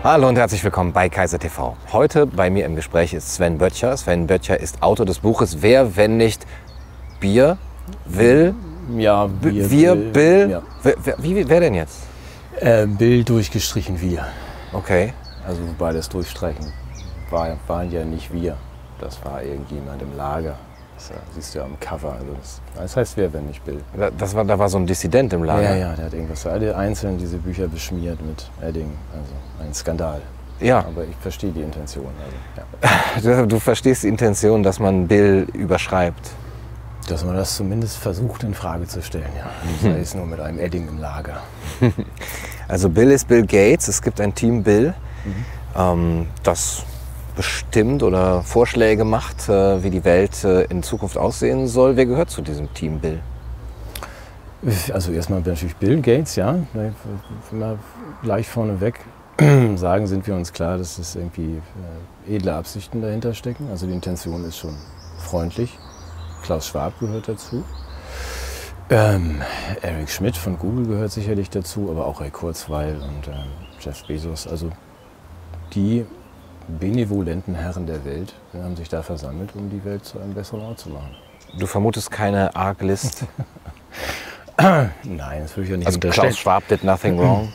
Hallo und herzlich willkommen bei Kaiser TV. Heute bei mir im Gespräch ist Sven Böttcher. Sven Böttcher ist Autor des Buches Wer, wenn nicht Bier will? Ja, wir Bill? Ja. Wer denn jetzt? Bill durchgestrichen wir. Okay. Also wobei das Durchstreichen waren ja nicht wir. Das war irgendjemand im Lager. Das siehst du ja am Cover. Also das heißt Wer, wenn nicht Bill. Da war so ein Dissident im Lager. Ja, der hat irgendwas für alle einzeln diese Bücher beschmiert mit Edding. Also ein Skandal. Ja. Aber ich verstehe die Intention. Also, ja. Du verstehst die Intention, dass man Bill überschreibt. Dass man das zumindest versucht in Frage zu stellen, ja. Sei es nur mit einem Edding im Lager. Also Bill ist Bill Gates. Es gibt ein Team Bill, das bestimmt oder Vorschläge macht, wie die Welt in Zukunft aussehen soll. Wer gehört zu diesem Team Bill? Also erstmal natürlich Bill Gates, ja. Mal gleich vorneweg sagen, sind wir uns klar, dass es irgendwie edle Absichten dahinter stecken. Also die Intention ist schon freundlich. Klaus Schwab gehört dazu. Eric Schmidt von Google gehört sicherlich dazu, aber auch Ray Kurzweil und Jeff Bezos. Also die benevolenten Herren der Welt haben sich da versammelt, um die Welt zu einem besseren Ort zu machen. Du vermutest keine Arglist? Nein, das würde ich ja nicht also unterstellen. Klaus Schwab did nothing wrong?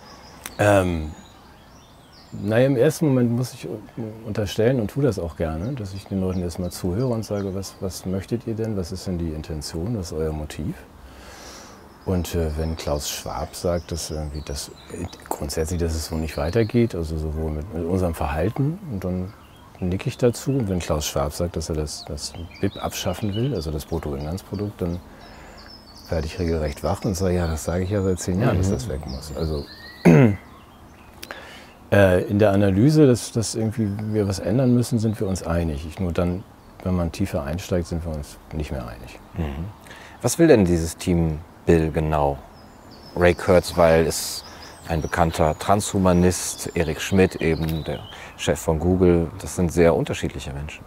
Naja, im ersten Moment muss ich unterstellen und tue das auch gerne, dass ich den Leuten erstmal zuhöre und sage, was möchtet ihr denn, was ist denn die Intention, was ist euer Motiv? Und wenn Klaus Schwab sagt, dass grundsätzlich, dass es so nicht weitergeht, also sowohl mit unserem Verhalten, und dann nicke ich dazu. Und wenn Klaus Schwab sagt, dass er das BIP abschaffen will, also das Bruttoinlandsprodukt, dann werde ich regelrecht wach und sage, ja, das sage ich ja seit 10 Jahren, dass das weg muss. Also in der Analyse, dass irgendwie wir was ändern müssen, sind wir uns einig. Nur dann, wenn man tiefer einsteigt, sind wir uns nicht mehr einig. Was will denn dieses Team Bill genau? Ray Kurzweil ist ein bekannter Transhumanist, Eric Schmidt eben, der Chef von Google. Das sind sehr unterschiedliche Menschen.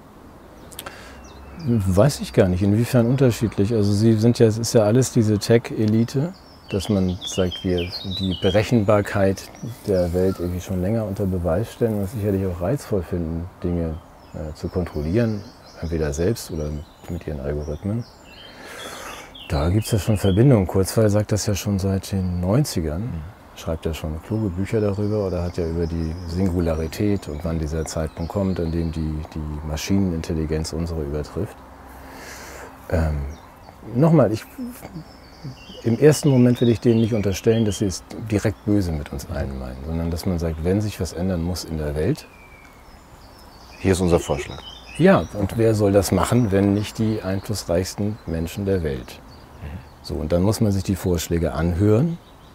Weiß ich gar nicht, inwiefern unterschiedlich. Also sie sind ja, es ist ja alles diese Tech-Elite, dass man sagt, wir die Berechenbarkeit der Welt irgendwie schon länger unter Beweis stellen und es sicherlich auch reizvoll finden, Dinge zu kontrollieren, entweder selbst oder mit ihren Algorithmen. Da gibt es ja schon Verbindungen. Kurzweil sagt das ja schon seit den 90ern, schreibt ja schon kluge Bücher darüber oder hat ja über die Singularität und wann dieser Zeitpunkt kommt, an dem die Maschinenintelligenz unsere übertrifft. Nochmal, im ersten Moment will ich denen nicht unterstellen, dass sie es direkt böse mit uns allen meinen, sondern dass man sagt, wenn sich was ändern muss in der Welt. Hier ist unser Vorschlag. Ja, und wer soll das machen, wenn nicht die einflussreichsten Menschen der Welt? So, und dann muss man sich die Vorschläge anhören.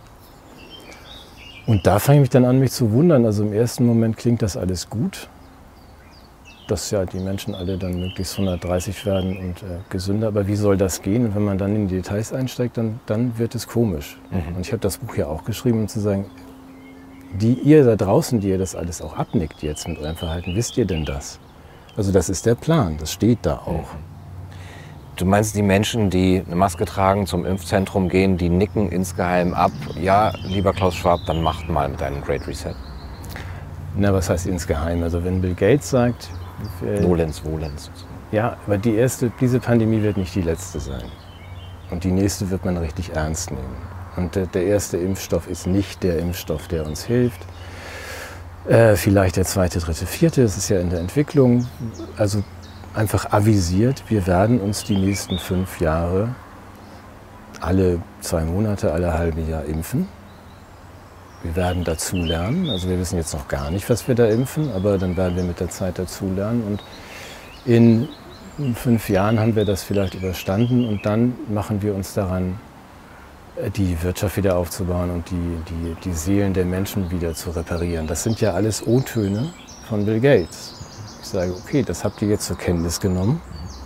Und da fange ich dann an, mich zu wundern. Also im ersten Moment klingt das alles gut, dass ja die Menschen alle dann möglichst 130 werden und gesünder. Aber wie soll das gehen? Und wenn man dann in die Details einsteigt, dann wird es komisch. Und ich habe das Buch ja auch geschrieben, um zu sagen, ihr da draußen, die ihr das alles auch abnickt jetzt mit eurem Verhalten, wisst ihr denn das? Also das ist der Plan, das steht da auch. Du meinst, die Menschen, die eine Maske tragen, zum Impfzentrum gehen, die nicken insgeheim ab, ja, lieber Klaus Schwab, dann macht mal mit einem Great Reset. Na, was heißt insgeheim? Also wenn Bill Gates sagt... Wohlens. Ja, aber diese Pandemie wird nicht die letzte sein. Und die nächste wird man richtig ernst nehmen. Und der erste Impfstoff ist nicht der Impfstoff, der uns hilft. Vielleicht der zweite, dritte, vierte, das ist ja in der Entwicklung. Also einfach avisiert, wir werden uns die nächsten 5 Jahre alle 2 Monate, alle halbe Jahr impfen. Wir werden dazulernen, also wir wissen jetzt noch gar nicht, was wir da impfen, aber dann werden wir mit der Zeit dazulernen und in 5 Jahren haben wir das vielleicht überstanden und dann machen wir uns daran, die Wirtschaft wieder aufzubauen und die Seelen der Menschen wieder zu reparieren. Das sind ja alles O-Töne von Bill Gates. Ich sage, okay, das habt ihr jetzt zur Kenntnis genommen.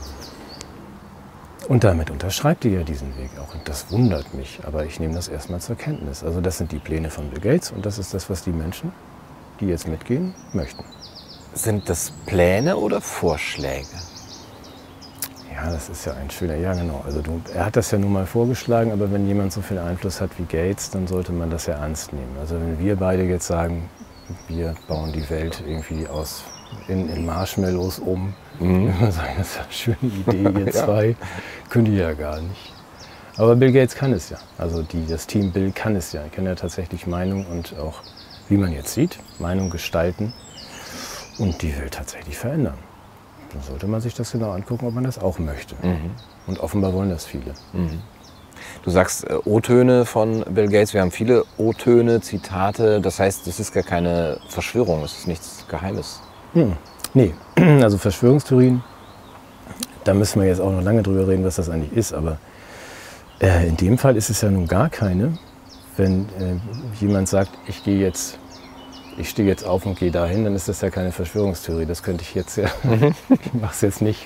Und damit unterschreibt ihr ja diesen Weg auch. Und das wundert mich, aber ich nehme das erstmal zur Kenntnis. Also das sind die Pläne von Bill Gates und das ist das, was die Menschen, die jetzt mitgehen, möchten. Sind das Pläne oder Vorschläge? Ja, das ist ja ein schöner, ja genau. Also er hat das ja nun mal vorgeschlagen, aber wenn jemand so viel Einfluss hat wie Gates, dann sollte man das ja ernst nehmen. Also wenn wir beide jetzt sagen, wir bauen die Welt irgendwie in Marshmallows um. Man sagt, das ist eine schöne Idee, ihr zwei. Könnt ihr ja gar nicht. Aber Bill Gates kann es ja. Also das Team Bill kann es ja. Die kann ja tatsächlich Meinung und auch, wie man jetzt sieht, Meinung gestalten und die Welt tatsächlich verändern. Dann sollte man sich das genau angucken, ob man das auch möchte. Und offenbar wollen das viele. Du sagst O-Töne von Bill Gates. Wir haben viele O-Töne, Zitate. Das heißt, das ist gar keine Verschwörung, es ist nichts Geheimes. Nee, also Verschwörungstheorien, da müssen wir jetzt auch noch lange drüber reden, was das eigentlich ist. Aber in dem Fall ist es ja nun gar keine. Wenn jemand sagt, ich stehe jetzt auf und gehe dahin, dann ist das ja keine Verschwörungstheorie. Das könnte ich jetzt ja, ich mache es jetzt nicht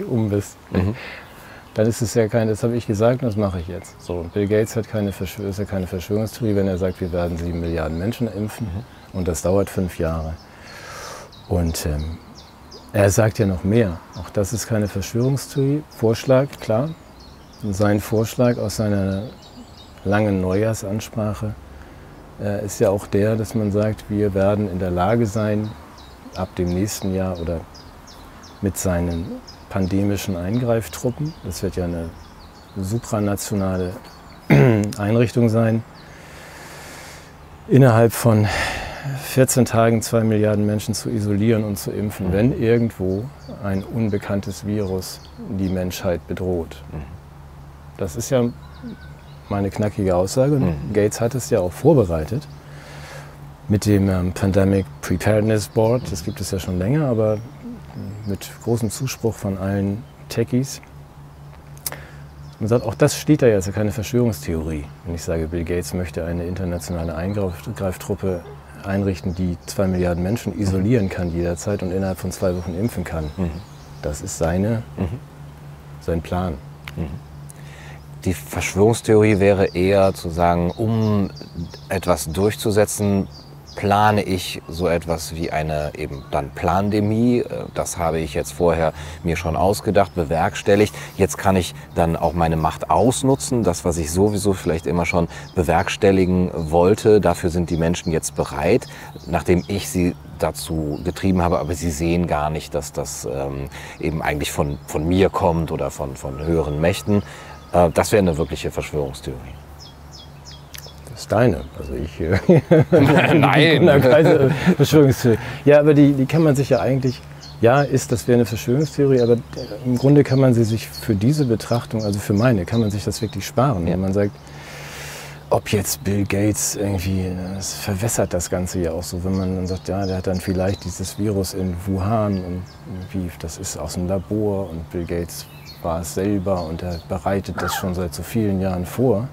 dann ist es ja das habe ich gesagt und das mache ich jetzt. So, Bill Gates ist ja keine Verschwörungstheorie, wenn er sagt, wir werden 7 Milliarden Menschen impfen und das dauert 5 Jahre. Und er sagt ja noch mehr. Auch das ist keine Verschwörungstheorie. Vorschlag, klar. Sein Vorschlag aus seiner langen Neujahrsansprache ist ja auch der, dass man sagt, wir werden in der Lage sein, ab dem nächsten Jahr oder mit seinen pandemischen Eingreiftruppen, das wird ja eine supranationale Einrichtung sein, innerhalb von 14 Tagen 2 Milliarden Menschen zu isolieren und zu impfen, wenn irgendwo ein unbekanntes Virus die Menschheit bedroht. Das ist ja meine knackige Aussage. Gates hat es ja auch vorbereitet mit dem Pandemic Preparedness Board. Das gibt es ja schon länger, aber mit großem Zuspruch von allen Techies. Man sagt, auch das steht da ja, ist ja keine Verschwörungstheorie. Wenn ich sage, Bill Gates möchte eine internationale Eingreiftruppe einrichten, die 2 Milliarden Menschen isolieren kann jederzeit und innerhalb von 2 Wochen impfen kann. Das ist sein Plan. Die Verschwörungstheorie wäre eher zu sagen, um etwas durchzusetzen, plane ich so etwas wie eine eben dann Plandemie. Das habe ich jetzt vorher mir schon ausgedacht, bewerkstelligt. Jetzt kann ich dann auch meine Macht ausnutzen. Das, was ich sowieso vielleicht immer schon bewerkstelligen wollte, dafür sind die Menschen jetzt bereit, nachdem ich sie dazu getrieben habe, aber sie sehen gar nicht, dass das eben eigentlich von mir kommt oder von höheren Mächten. Das wäre eine wirkliche Verschwörungstheorie. Das ist deine. Also ich. Nein! Verschwörungstheorie. Ja, aber die kann man sich ja eigentlich. Ja, das wäre eine Verschwörungstheorie, aber im Grunde kann man sie sich für diese Betrachtung, also für meine, kann man sich das wirklich sparen. Wenn man sagt, ob jetzt Bill Gates irgendwie, das verwässert das Ganze ja auch so, wenn man dann sagt, ja, der hat dann vielleicht dieses Virus in Wuhan und das ist aus dem Labor und Bill Gates war es selber und er bereitet das schon seit so vielen Jahren vor.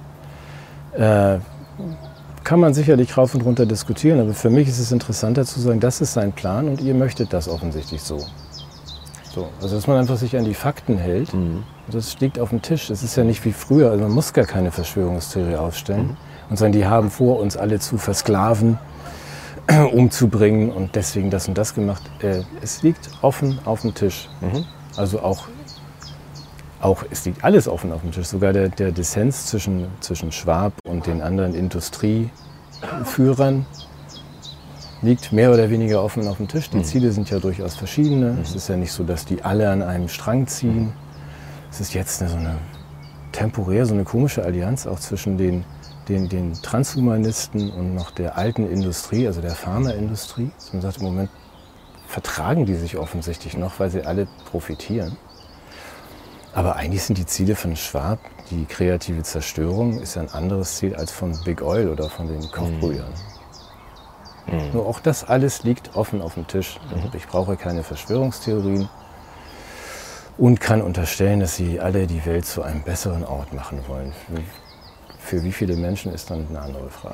Kann man sicherlich rauf und runter diskutieren, aber für mich ist es interessanter zu sagen, das ist sein Plan und ihr möchtet das offensichtlich so. Also dass man einfach sich an die Fakten hält, das liegt auf dem Tisch. Es ist ja nicht wie früher, also man muss gar keine Verschwörungstheorie aufstellen und sagen, die haben vor, uns alle zu versklaven, umzubringen und deswegen das und das gemacht. Es liegt offen auf dem Tisch. Also auch es liegt alles offen auf dem Tisch. Sogar der Dissens zwischen Schwab und den anderen Industrieführern liegt mehr oder weniger offen auf dem Tisch. Die Ziele sind ja durchaus verschiedene. Es ist ja nicht so, dass die alle an einem Strang ziehen. Es ist jetzt so eine komische Allianz auch zwischen den Transhumanisten und noch der alten Industrie, also der Pharmaindustrie. Man sagt, im Moment vertragen die sich offensichtlich noch, weil sie alle profitieren. Aber eigentlich sind die Ziele von Schwab, die kreative Zerstörung, ist ja ein anderes Ziel als von Big Oil oder von den Kochbrüdern. Nur auch das alles liegt offen auf dem Tisch. Ich brauche keine Verschwörungstheorien und kann unterstellen, dass sie alle die Welt zu einem besseren Ort machen wollen. Für wie viele Menschen ist dann eine andere Frage.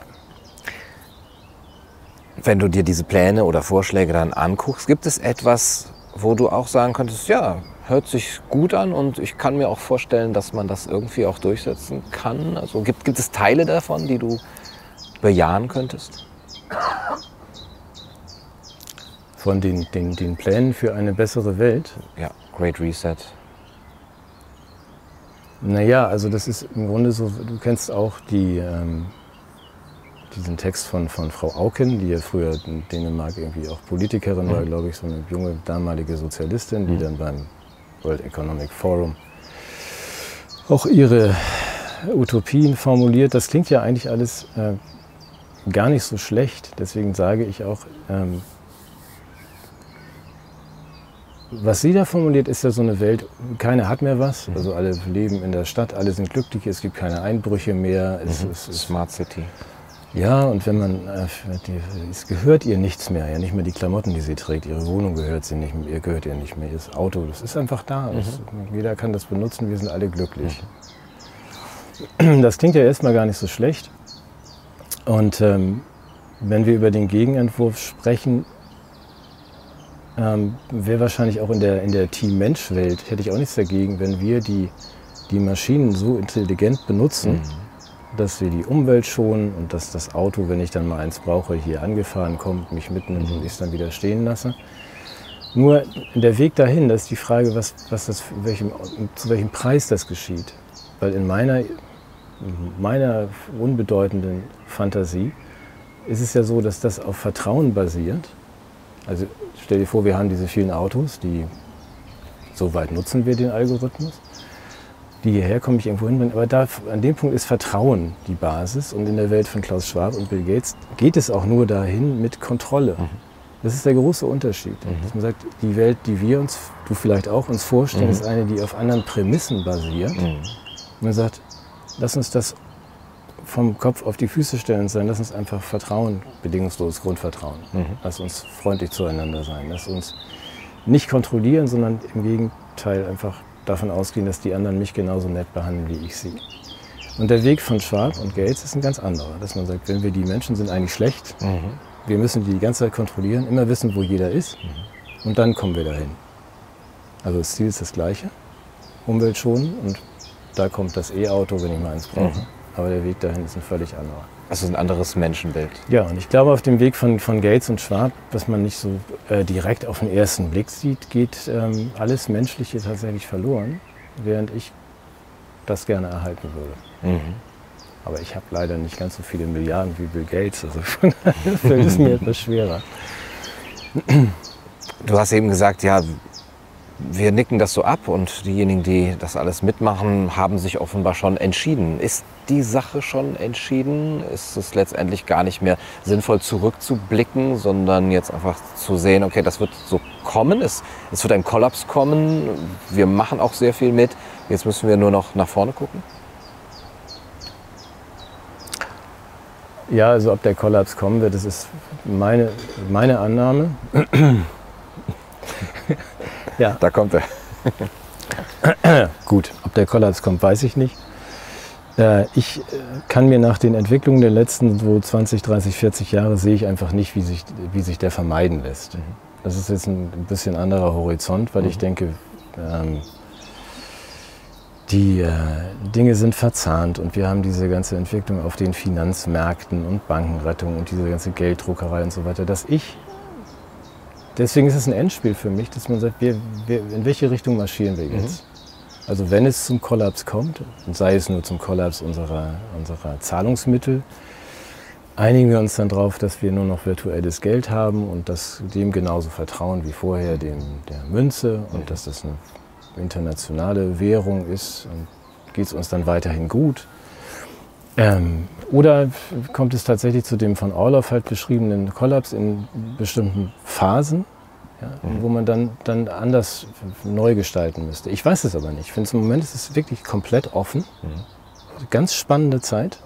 Wenn du dir diese Pläne oder Vorschläge dann anguckst, gibt es etwas, wo du auch sagen könntest, ja, hört sich gut an und ich kann mir auch vorstellen, dass man das irgendwie auch durchsetzen kann. Also gibt es Teile davon, die du bejahen könntest? Von den Plänen für eine bessere Welt? Ja, Great Reset. Naja, also das ist im Grunde so, du kennst auch diesen Text von Frau Auken, die ja früher in Dänemark irgendwie auch Politikerin war, glaube ich, so eine junge damalige Sozialistin, die dann beim World Economic Forum auch ihre Utopien formuliert. Das klingt ja eigentlich alles gar nicht so schlecht. Deswegen sage ich auch, was sie da formuliert, ist ja so eine Welt, keiner hat mehr was. Also alle leben in der Stadt, alle sind glücklich, es gibt keine Einbrüche mehr. Es ist Smart City. Ja, und wenn man, es gehört ihr nichts mehr, ja nicht mehr die Klamotten, die sie trägt, ihre Wohnung gehört sie nicht mehr, ihr gehört ihr nicht mehr, das Auto, das ist einfach da. Jeder kann das benutzen, wir sind alle glücklich. Das klingt ja erstmal gar nicht so schlecht. Und wenn wir über den Gegenentwurf sprechen, wäre wahrscheinlich auch in der Team-Mensch-Welt, hätte ich auch nichts dagegen, wenn wir die Maschinen so intelligent benutzen, dass wir die Umwelt schonen und dass das Auto, wenn ich dann mal eins brauche, hier angefahren kommt, mich mitnimmt und ich es dann wieder stehen lasse. Nur der Weg dahin, das ist die Frage, zu welchem Preis das geschieht. Weil in meiner unbedeutenden Fantasie ist es ja so, dass das auf Vertrauen basiert. Also stell dir vor, wir haben diese vielen Autos, soweit nutzen wir den Algorithmus. Die hierher komme ich irgendwo hin, aber an dem Punkt ist Vertrauen die Basis. Und in der Welt von Klaus Schwab und Bill Gates geht es auch nur dahin mit Kontrolle. Das ist der große Unterschied. Dass man sagt, die Welt, die wir uns, du vielleicht auch, uns vorstellen, ist eine, die auf anderen Prämissen basiert. Und man sagt, lass uns das vom Kopf auf die Füße stellen sein, lass uns einfach vertrauen, bedingungsloses Grundvertrauen. Lass uns freundlich zueinander sein, lass uns nicht kontrollieren, sondern im Gegenteil einfach davon ausgehen, dass die anderen mich genauso nett behandeln wie ich sie. Und der Weg von Schwab und Gates ist ein ganz anderer, dass man sagt, wenn wir die Menschen sind eigentlich schlecht, wir müssen die ganze Zeit kontrollieren, immer wissen, wo jeder ist und dann kommen wir dahin. Also das Ziel ist das gleiche, Umwelt schonen und da kommt das E-Auto, wenn ich mal eins brauche. Aber der Weg dahin ist ein völlig anderer. Also ein anderes Menschenbild. Ja, und ich glaube, auf dem Weg von Gates und Schwab, was man nicht so direkt auf den ersten Blick sieht, geht alles Menschliche tatsächlich verloren, während ich das gerne erhalten würde. Aber ich habe leider nicht ganz so viele Milliarden wie Bill Gates, also von daher fällt es mir etwas schwerer. Du hast eben gesagt, ja, wir nicken das so ab und diejenigen, die das alles mitmachen, haben sich offenbar schon entschieden. Ist die Sache schon entschieden? Ist es letztendlich gar nicht mehr sinnvoll zurückzublicken, sondern jetzt einfach zu sehen, okay, das wird so kommen, es wird ein Kollaps kommen, wir machen auch sehr viel mit, jetzt müssen wir nur noch nach vorne gucken? Ja, also ob der Kollaps kommen wird, das ist meine Annahme. Ja. Da kommt er. Gut, ob der Kollaps kommt, weiß ich nicht. Ich kann mir nach den Entwicklungen der letzten so 20, 30, 40 Jahre sehe ich einfach nicht, wie sich der vermeiden lässt. Das ist jetzt ein bisschen anderer Horizont, weil ich denke, die Dinge sind verzahnt und wir haben diese ganze Entwicklung auf den Finanzmärkten und Bankenrettung und diese ganze Gelddruckerei und so weiter, deswegen ist es ein Endspiel für mich, dass man sagt, in welche Richtung marschieren wir jetzt? Also wenn es zum Kollaps kommt, und sei es nur zum Kollaps unserer Zahlungsmittel, einigen wir uns dann darauf, dass wir nur noch virtuelles Geld haben und das dem genauso vertrauen wie vorher der Münze und dass das eine internationale Währung ist und geht es uns dann weiterhin gut. Oder kommt es tatsächlich zu dem von Orloff halt beschriebenen Kollaps in bestimmten Phasen, ja, wo man dann anders neu gestalten müsste. Ich weiß es aber nicht. Ich finde, im Moment ist es wirklich komplett offen. Ganz spannende Zeit.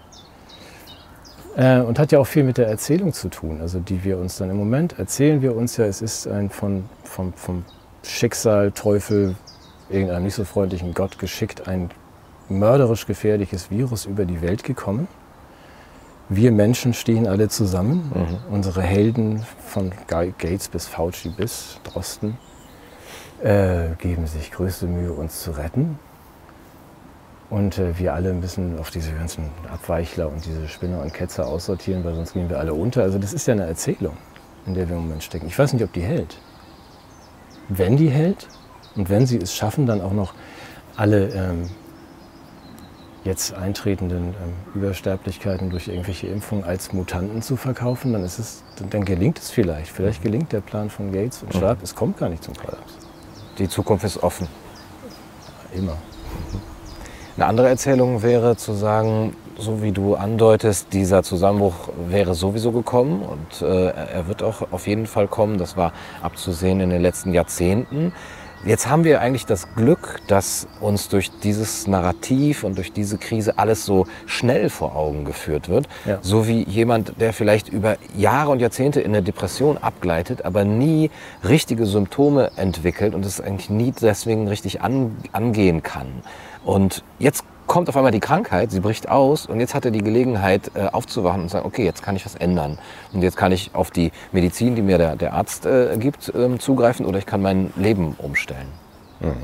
Und hat ja auch viel mit der Erzählung zu tun. Also die wir uns dann im Moment erzählen wir uns ja, es ist ein vom Schicksal, Teufel, irgendeinem nicht so freundlichen Gott geschickt, ein mörderisch gefährliches Virus über die Welt gekommen. Wir Menschen stehen alle zusammen. Unsere Helden von Gates bis Fauci bis Drosten geben sich größte Mühe, uns zu retten. Und wir alle müssen auf diese ganzen Abweichler und diese Spinner und Ketzer aussortieren, weil sonst gehen wir alle unter. Also das ist ja eine Erzählung, in der wir im Moment stecken. Ich weiß nicht, ob die hält. Wenn die hält und wenn sie es schaffen, dann auch noch alle jetzt eintretenden Übersterblichkeiten durch irgendwelche Impfungen als Mutanten zu verkaufen, dann gelingt es vielleicht. Vielleicht gelingt der Plan von Gates und Schwab, es kommt gar nicht zum Kollaps. Die Zukunft ist offen. Immer. Eine andere Erzählung wäre zu sagen, so wie du andeutest, dieser Zusammenbruch wäre sowieso gekommen und er wird auch auf jeden Fall kommen. Das war abzusehen in den letzten Jahrzehnten. Jetzt haben wir eigentlich das Glück, dass uns durch dieses Narrativ und durch diese Krise alles so schnell vor Augen geführt wird. Ja. So wie jemand, der vielleicht über Jahre und Jahrzehnte in eine Depression abgleitet, aber nie richtige Symptome entwickelt und es eigentlich nie deswegen richtig angehen kann. Und jetzt kommt auf einmal die Krankheit, sie bricht aus und jetzt hat er die Gelegenheit aufzuwachen und zu sagen, okay, jetzt kann ich was ändern. Und jetzt kann ich auf die Medizin, die mir der Arzt gibt, zugreifen oder ich kann mein Leben umstellen. Mhm.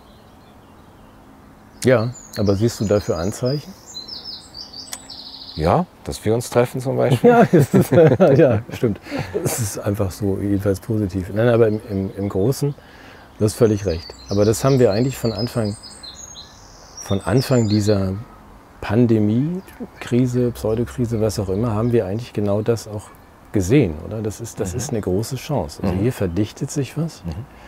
Ja, aber siehst du dafür Anzeichen? Ja, dass wir uns treffen zum Beispiel. Ja, stimmt. Das ist einfach so, jedenfalls positiv. Nein, aber im Großen, du hast völlig recht. Aber das haben wir eigentlich von Anfang dieser Pandemie, Krise, Pseudokrise, was auch immer, haben wir eigentlich genau das auch gesehen, oder? Das ist eine große Chance. Also hier verdichtet sich was,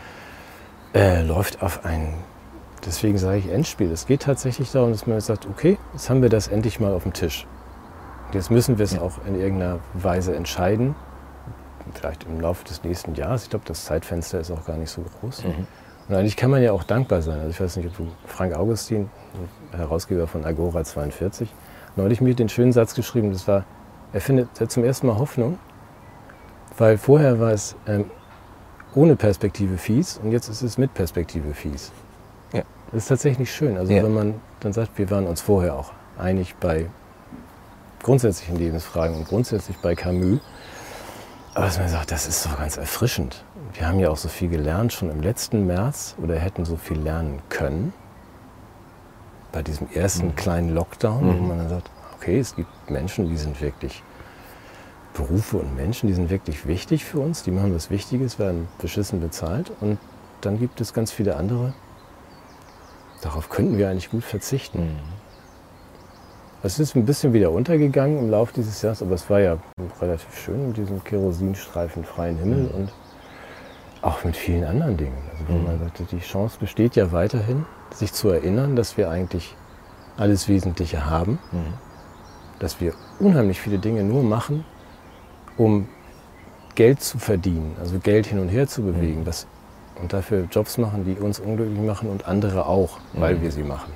läuft auf ein, deswegen sage ich Endspiel. Es geht tatsächlich darum, dass man jetzt sagt, okay, jetzt haben wir das endlich mal auf dem Tisch. Und jetzt müssen wir es auch in irgendeiner Weise entscheiden, vielleicht im Laufe des nächsten Jahres. Ich glaube, das Zeitfenster ist auch gar nicht so groß. Und eigentlich kann man ja auch dankbar sein. Also ich weiß nicht, ob du Frank Augustin, Herausgeber von Agora 42, neulich mir den schönen Satz geschrieben, er findet zum ersten Mal Hoffnung, weil vorher war es ohne Perspektive fies und jetzt ist es mit Perspektive fies. Ja. Das ist tatsächlich schön. Also wenn man dann sagt, wir waren uns vorher auch einig bei grundsätzlichen Lebensfragen und grundsätzlich bei Camus, aber dass man sagt, das ist doch ganz erfrischend. Wir haben ja auch so viel gelernt schon im letzten März oder hätten so viel lernen können bei diesem ersten kleinen Lockdown, wo man dann sagt, okay, es gibt Menschen, die sind wirklich, Berufe und Menschen, die sind wirklich wichtig für uns, die machen was Wichtiges, werden beschissen bezahlt und dann gibt es ganz viele andere, darauf könnten wir eigentlich gut verzichten. Es ist ein bisschen wieder untergegangen im Laufe dieses Jahres, aber es war ja relativ schön mit diesem kerosinstreifenfreien Himmel und auch mit vielen anderen Dingen. Also wo man sagte, die Chance besteht ja weiterhin, sich zu erinnern, dass wir eigentlich alles Wesentliche haben, dass wir unheimlich viele Dinge nur machen, um Geld zu verdienen, also Geld hin und her zu bewegen und dafür Jobs machen, die uns unglücklich machen und andere auch, weil wir sie machen.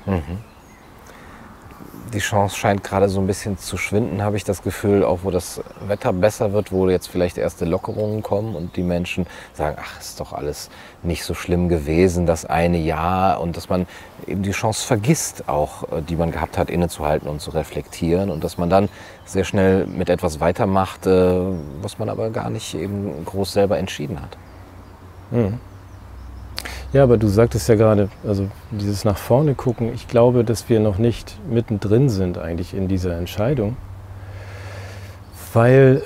Die Chance scheint gerade so ein bisschen zu schwinden, habe ich das Gefühl, auch wo das Wetter besser wird, wo jetzt vielleicht erste Lockerungen kommen und die Menschen sagen, ach, ist doch alles nicht so schlimm gewesen, das eine Jahr, und dass man eben die Chance vergisst auch, die man gehabt hat, innezuhalten und zu reflektieren und dass man dann sehr schnell mit etwas weitermacht, was man aber gar nicht eben groß selber entschieden hat. Ja, aber du sagtest ja gerade, also dieses nach vorne gucken, ich glaube, dass wir noch nicht mittendrin sind eigentlich in dieser Entscheidung, weil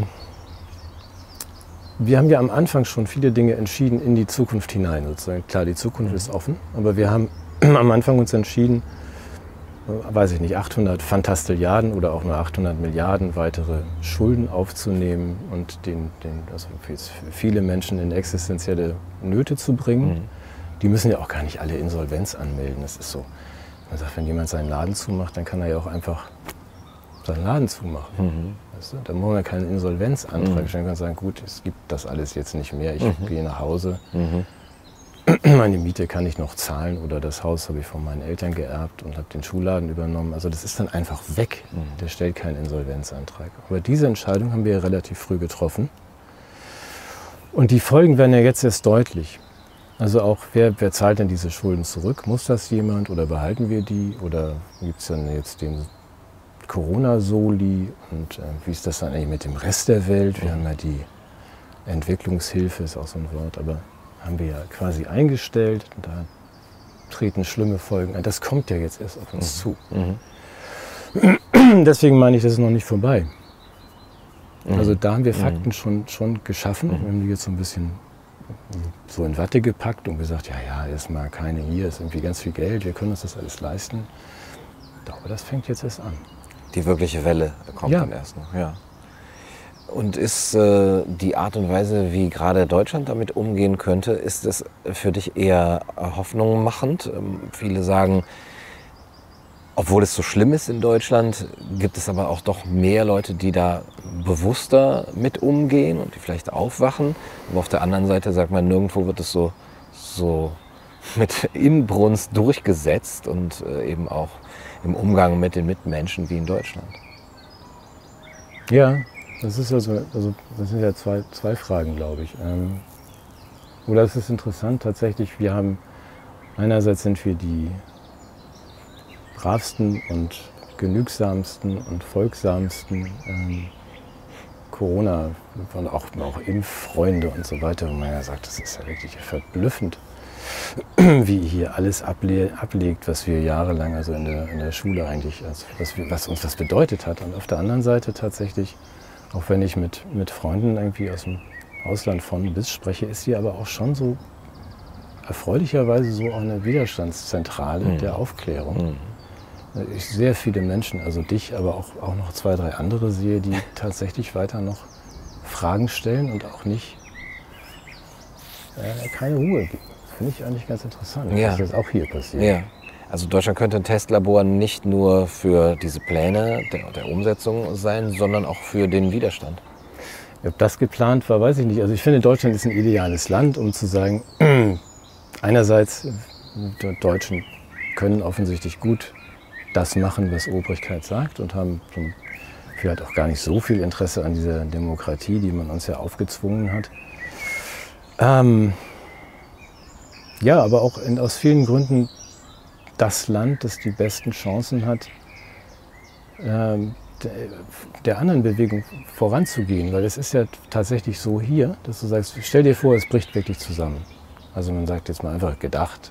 wir haben ja am Anfang schon viele Dinge entschieden in die Zukunft hinein. Sozusagen. Klar, die Zukunft ist offen, aber wir haben am Anfang uns entschieden, weiß ich nicht, 800 Fantastilliarden oder auch nur 800 Milliarden weitere Schulden aufzunehmen und also für viele Menschen in existenzielle Nöte zu bringen. Die müssen ja auch gar nicht alle Insolvenz anmelden. Das ist so, man sagt, wenn jemand seinen Laden zumacht, dann kann er ja auch einfach seinen Laden zumachen. Weißt du? Da muss man keinen Insolvenzantrag stellen, kann sagen, gut, es gibt das alles jetzt nicht mehr, ich gehe nach Hause. Meine Miete kann ich noch zahlen oder das Haus habe ich von meinen Eltern geerbt und habe den Schuhladen übernommen. Also das ist dann einfach weg. Der stellt keinen Insolvenzantrag. Aber diese Entscheidung haben wir ja relativ früh getroffen. Und die Folgen werden ja jetzt erst deutlich. Also auch, wer zahlt denn diese Schulden zurück? Muss das jemand oder behalten wir die? Oder gibt es dann jetzt den Corona-Soli? Und wie ist das dann eigentlich mit dem Rest der Welt? Wir haben ja die Entwicklungshilfe, ist auch so ein Wort, aber haben wir ja quasi eingestellt. Da treten schlimme Folgen ein. Das kommt ja jetzt erst auf uns zu. Deswegen meine ich, das ist noch nicht vorbei. Also da haben wir Fakten schon geschaffen. Wir haben die jetzt so ein bisschen so in Watte gepackt und gesagt, ja, erstmal keine hier, ist irgendwie ganz viel Geld, wir können uns das alles leisten. Ich glaube, das fängt jetzt erst an. Die wirkliche Welle kommt dann erst noch, ja. Und ist die Art und Weise, wie gerade Deutschland damit umgehen könnte, ist es für dich eher hoffnungsmachend? Viele sagen, obwohl es so schlimm ist in Deutschland, gibt es aber auch doch mehr Leute, die da bewusster mit umgehen und die vielleicht aufwachen. Aber auf der anderen Seite sagt man, nirgendwo wird es so mit Inbrunst durchgesetzt und eben auch im Umgang mit den Mitmenschen wie in Deutschland. Ja, das ist das sind ja zwei Fragen, glaube ich. Oder es ist interessant tatsächlich, einerseits sind wir die bravsten und genügsamsten und folgsamsten Corona und auch Impffreunde und so weiter, wo man ja sagt, das ist ja wirklich verblüffend, wie hier alles ablegt, was wir jahrelang also in der Schule eigentlich, also was uns das bedeutet hat. Und auf der anderen Seite tatsächlich, auch wenn ich mit Freunden irgendwie aus dem Ausland von bis spreche, ist hier aber auch schon so erfreulicherweise so auch eine Widerstandszentrale der Aufklärung. Ich sehr viele Menschen, also dich, aber auch noch 2, 3 andere sehe, die tatsächlich weiter noch Fragen stellen und auch nicht keine Ruhe geben. Finde ich eigentlich ganz interessant, dass das auch hier passiert. Ja. Also Deutschland könnte ein Testlabor nicht nur für diese Pläne der Umsetzung sein, sondern auch für den Widerstand. Ob das geplant war, weiß ich nicht. Also ich finde, Deutschland ist ein ideales Land, um zu sagen, einerseits, die Deutschen können offensichtlich gut das machen, was Obrigkeit sagt und haben vielleicht auch gar nicht so viel Interesse an dieser Demokratie, die man uns ja aufgezwungen hat. Ja, aber auch aus vielen Gründen das Land, das die besten Chancen hat, der anderen Bewegung voranzugehen. Weil es ist ja tatsächlich so hier, dass du sagst, stell dir vor, es bricht wirklich zusammen. Also man sagt jetzt mal einfach gedacht.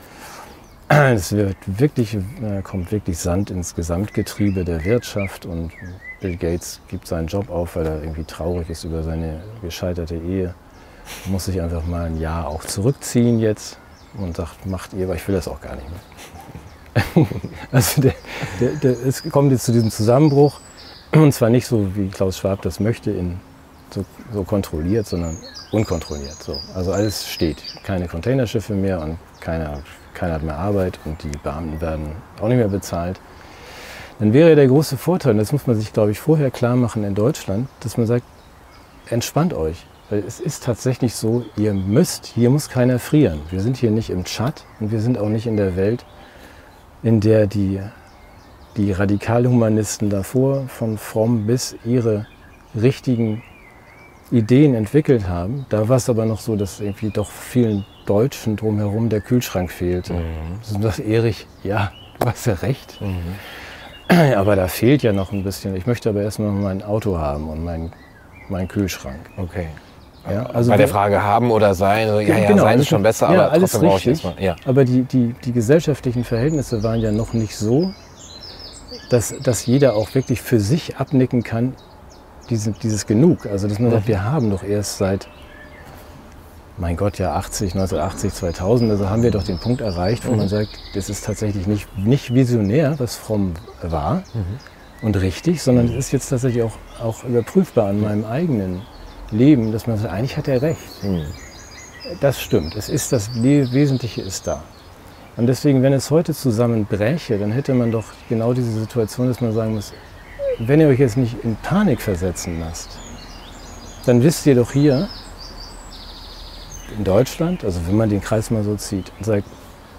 Es kommt wirklich Sand ins Gesamtgetriebe der Wirtschaft und Bill Gates gibt seinen Job auf, weil er irgendwie traurig ist über seine gescheiterte Ehe. Muss sich einfach mal ein Jahr auch zurückziehen jetzt und sagt, macht ihr, aber ich will das auch gar nicht mehr. Also es kommt jetzt zu diesem Zusammenbruch und zwar nicht so, wie Klaus Schwab das möchte, so kontrolliert, sondern unkontrolliert. So. Also alles steht, keine Containerschiffe mehr und keiner hat mehr Arbeit und die Beamten werden auch nicht mehr bezahlt. Dann wäre der große Vorteil, und das muss man sich, glaube ich, vorher klar machen in Deutschland, dass man sagt, entspannt euch. Weil es ist tatsächlich so, hier muss keiner frieren. Wir sind hier nicht im Tschad und wir sind auch nicht in der Welt, in der die Radikalhumanisten davor, von Fromm bis ihre richtigen Ideen entwickelt haben. Da war es aber noch so, dass irgendwie doch vielen Deutschen drumherum der Kühlschrank fehlte. So sagt Erich, ja, du hast ja recht. Aber da fehlt ja noch ein bisschen. Ich möchte aber erstmal mein Auto haben und meinen Kühlschrank. Okay. Ja, also bei der Frage haben oder sein, genau, sein ist schon besser, aber trotzdem brauche ich erstmal. Ja. Aber die gesellschaftlichen Verhältnisse waren ja noch nicht so, dass jeder auch wirklich für sich abnicken kann, dieses Genug. Also dass man sagt, wir haben doch erst seit, mein Gott, ja 1980, 2000, also haben wir doch den Punkt erreicht, wo man sagt, das ist tatsächlich nicht visionär, was Fromm war und richtig, sondern es ist jetzt tatsächlich auch überprüfbar an meinem eigenen Leben, dass man sagt, eigentlich hat er recht. Das stimmt, das Wesentliche ist da. Und deswegen, wenn es heute zusammenbräche, dann hätte man doch genau diese Situation, dass man sagen muss, wenn ihr euch jetzt nicht in Panik versetzen lasst, dann wisst ihr doch hier in Deutschland, also wenn man den Kreis mal so zieht und sagt,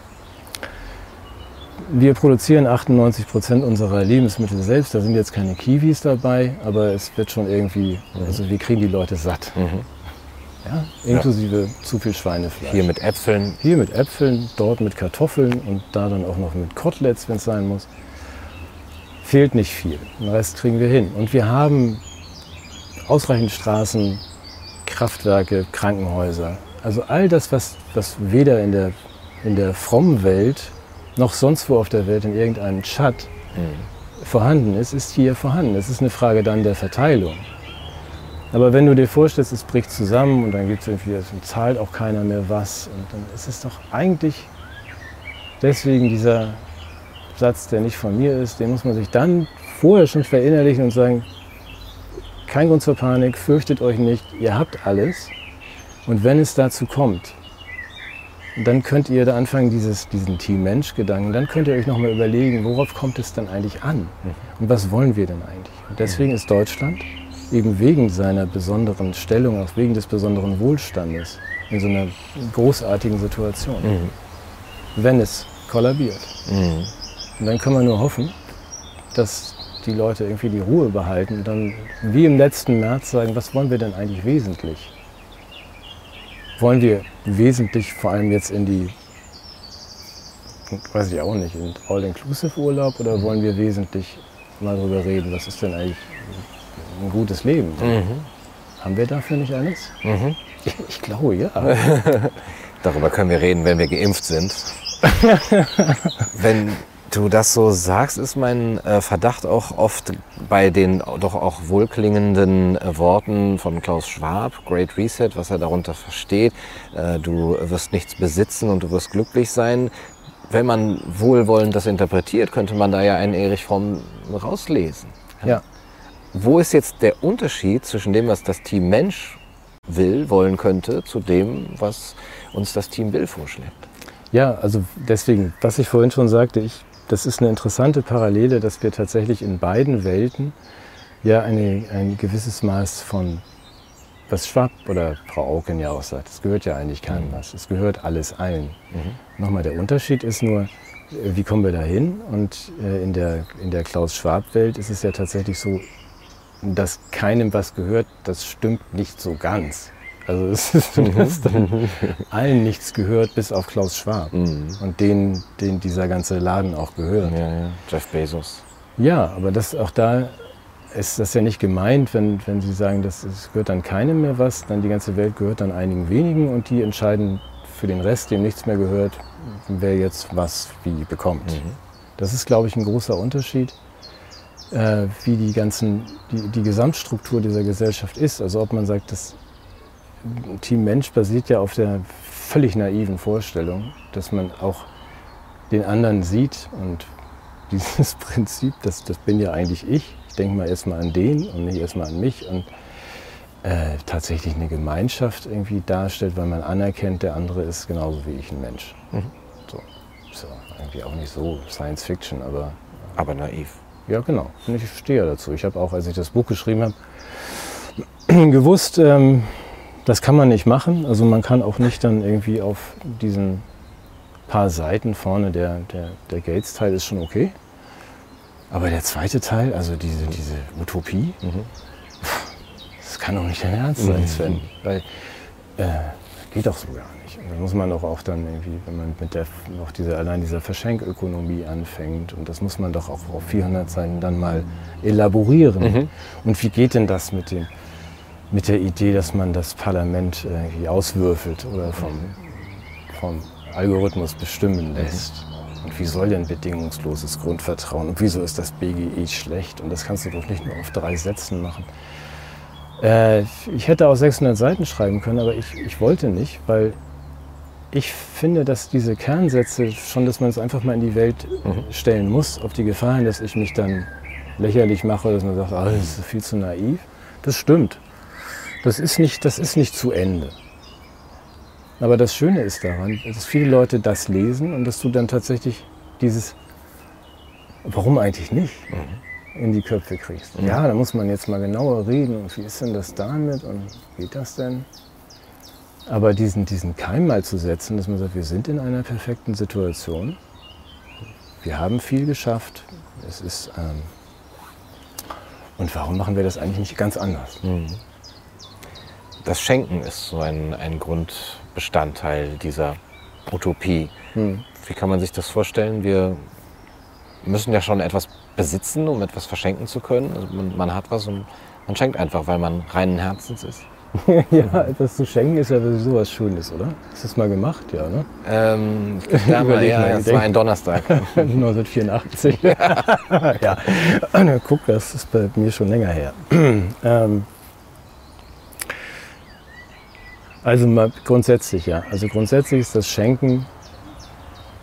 wir produzieren 98% unserer Lebensmittel selbst, da sind jetzt keine Kiwis dabei, aber es wird schon irgendwie, also wir kriegen die Leute satt. Ja, inklusive zu viel Schweinefleisch. Hier mit Äpfeln. Hier mit Äpfeln, dort mit Kartoffeln und da dann auch noch mit Koteletts, wenn es sein muss. Fehlt nicht viel. Den Rest kriegen wir hin. Und wir haben ausreichend Straßen, Kraftwerke, Krankenhäuser. Also all das, was weder in der frommen Welt noch sonst wo auf der Welt in irgendeinem Tschad vorhanden ist hier vorhanden. Es ist eine Frage dann der Verteilung. Aber wenn du dir vorstellst, es bricht zusammen und dann gibt es irgendwie, dann zahlt auch keiner mehr was. Und dann ist es doch eigentlich deswegen dieser Satz, der nicht von mir ist, den muss man sich dann vorher schon verinnerlichen und sagen, kein Grund zur Panik, fürchtet euch nicht, ihr habt alles. Und wenn es dazu kommt, dann könnt ihr da anfangen, diesen Team-Mensch-Gedanken, dann könnt ihr euch nochmal überlegen, worauf kommt es dann eigentlich an? Und was wollen wir denn eigentlich? Und deswegen ist Deutschland eben wegen seiner besonderen Stellung, auch wegen des besonderen Wohlstandes, in so einer großartigen Situation, wenn es kollabiert. Und dann kann man nur hoffen, dass die Leute irgendwie die Ruhe behalten und dann wie im letzten März sagen, was wollen wir denn eigentlich wesentlich? Wollen wir wesentlich vor allem jetzt in die, weiß ich auch nicht, in All-Inclusive-Urlaub oder wollen wir wesentlich mal drüber reden, was ist denn eigentlich ein gutes Leben? Haben wir dafür nicht alles? Ich glaube, ja. Darüber können wir reden, wenn wir geimpft sind. Wenn du das so sagst, ist mein Verdacht auch oft bei den doch auch wohlklingenden Worten von Klaus Schwab, Great Reset, was er darunter versteht. Du wirst nichts besitzen und du wirst glücklich sein. Wenn man wohlwollend das interpretiert, könnte man da ja einen Erich Fromm rauslesen. Ja. Wo ist jetzt der Unterschied zwischen dem, was das Team Mensch wollen könnte, zu dem, was uns das Team Bill vorschlägt? Ja, also deswegen, was ich vorhin schon sagte, das ist eine interessante Parallele, dass wir tatsächlich in beiden Welten ja ein gewisses Maß von, was Schwab oder Frau Auken ja auch sagt, es gehört ja eigentlich keinem was, es gehört alles allen. Nochmal, der Unterschied ist nur, wie kommen wir da hin? Und in der Klaus-Schwab-Welt ist es ja tatsächlich so, dass keinem was gehört, das stimmt nicht so ganz. Also es ist so, dass dann allen nichts gehört, bis auf Klaus Schwab und denen dieser ganze Laden auch gehört. Ja. Jeff Bezos. Ja, aber auch da ist das ja nicht gemeint, wenn Sie sagen, es gehört dann keinem mehr was, dann die ganze Welt gehört dann einigen wenigen und die entscheiden für den Rest, dem nichts mehr gehört, wer jetzt was wie bekommt. Das ist, glaube ich, ein großer Unterschied, wie die Gesamtstruktur dieser Gesellschaft ist. Also ob man sagt, das Team Mensch basiert ja auf der völlig naiven Vorstellung, dass man auch den anderen sieht und dieses Prinzip, das bin ja eigentlich ich. Ich denke mal erstmal an den und nicht erstmal an mich und tatsächlich eine Gemeinschaft irgendwie darstellt, weil man anerkennt, der andere ist genauso wie ich ein Mensch. So irgendwie auch nicht so Science Fiction, aber naiv. Ja, genau. Und ich stehe dazu. Ich habe auch, als ich das Buch geschrieben habe, gewusst, das kann man nicht machen. Also man kann auch nicht dann irgendwie auf diesen paar Seiten vorne, der Gates-Teil ist schon okay. Aber der zweite Teil, also diese Utopie, das kann doch nicht dein Ernst sein, Sven. Weil geht doch so gar nicht. Und da muss man doch auch dann irgendwie, wenn man mit dieser Verschenkökonomie anfängt, und das muss man doch auch auf 400 Seiten dann mal elaborieren. Und wie geht denn das mit der Idee, dass man das Parlament irgendwie auswürfelt oder vom Algorithmus bestimmen lässt? Und wie soll denn bedingungsloses Grundvertrauen? Und wieso ist das BGE schlecht? Und das kannst du doch nicht nur auf 3 Sätzen machen. Ich hätte auch 600 Seiten schreiben können, aber ich wollte nicht, weil ich finde, dass diese Kernsätze schon, dass man es einfach mal in die Welt stellen muss, auf die Gefahr hin, dass ich mich dann lächerlich mache, dass man sagt, das ist viel zu naiv. Das stimmt. Das ist nicht zu Ende. Aber das Schöne ist daran, dass viele Leute das lesen und dass du dann tatsächlich dieses warum eigentlich nicht in die Köpfe kriegst. Ja, da muss man jetzt mal genauer reden und wie ist denn das damit und geht das denn? Aber diesen Keim mal zu setzen, dass man sagt, wir sind in einer perfekten Situation, wir haben viel geschafft, es ist und warum machen wir das eigentlich nicht ganz anders? Das Schenken ist so ein Grundbestandteil dieser Utopie. Wie kann man sich das vorstellen? Wir müssen ja schon etwas besitzen, um etwas verschenken zu können. Also man hat was und man schenkt einfach, weil man reinen Herzens ist. Ja, etwas zu schenken ist ja sowieso was Schönes, oder? Hast du das mal gemacht? Ja, ne? Es war ein Donnerstag. 1984. Ja, guck, das ist bei mir schon länger her. Also mal grundsätzlich, ja. Also grundsätzlich ist das Schenken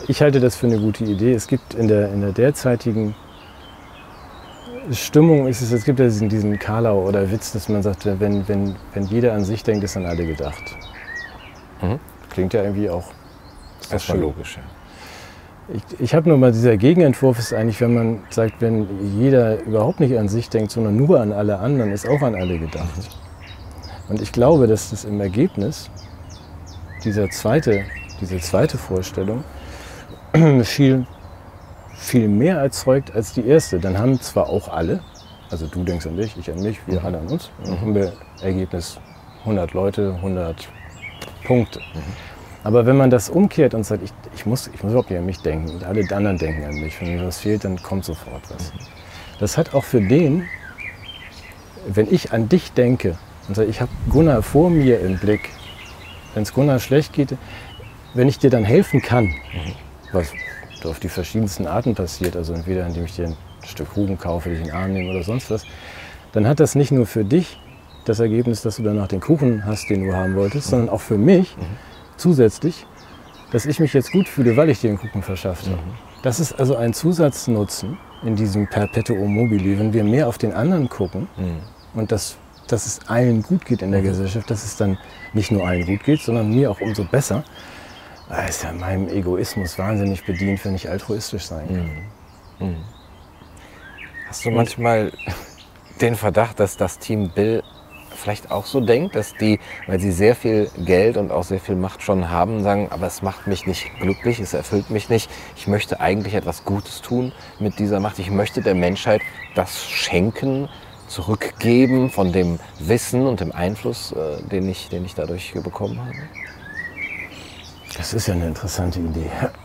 ich halte das für eine gute Idee. Es gibt in der derzeitigen Stimmung, es gibt ja diesen Karlau oder Witz, dass man sagt, wenn jeder an sich denkt, ist an alle gedacht. Klingt ja irgendwie auch erstmal logisch. Ja. Ich habe nur mal, dieser Gegenentwurf ist eigentlich, wenn man sagt, wenn jeder überhaupt nicht an sich denkt, sondern nur an alle anderen, ist auch an alle gedacht. Und ich glaube, dass das im Ergebnis diese zweite Vorstellung viel mehr erzeugt als die erste. Dann haben zwar auch alle, also du denkst an dich, ich an mich, wir alle an uns, dann haben wir Ergebnis 100 Leute, 100 Punkte. Aber wenn man das umkehrt und sagt, ich muss überhaupt nicht an mich denken und alle anderen denken an mich, wenn mir was fehlt, dann kommt sofort was. Das hat auch für den, wenn ich an dich denke und sage, ich habe Gunnar vor mir im Blick, wenn es Gunnar schlecht geht, wenn ich dir dann helfen kann, was auf die verschiedensten Arten passiert, also entweder indem ich dir ein Stück Kuchen kaufe, dich in den Arm nehme oder sonst was, dann hat das nicht nur für dich das Ergebnis, dass du danach den Kuchen hast, den du haben wolltest, sondern auch für mich zusätzlich, dass ich mich jetzt gut fühle, weil ich dir den Kuchen verschafft habe. Das ist also ein Zusatznutzen in diesem Perpetuum mobile, wenn wir mehr auf den anderen gucken und dass es allen gut geht in der Gesellschaft, dass es dann nicht nur allen gut geht, sondern mir auch umso besser. Da ist ja meinem Egoismus wahnsinnig bedient, wenn ich altruistisch sein kann. Hast du manchmal den Verdacht, dass das Team Bill vielleicht auch so denkt, dass die, weil sie sehr viel Geld und auch sehr viel Macht schon haben, sagen, aber es macht mich nicht glücklich, es erfüllt mich nicht. Ich möchte eigentlich etwas Gutes tun mit dieser Macht. Ich möchte der Menschheit das schenken, zurückgeben von dem Wissen und dem Einfluss, den ich dadurch bekommen habe. Das ist ja eine interessante Idee.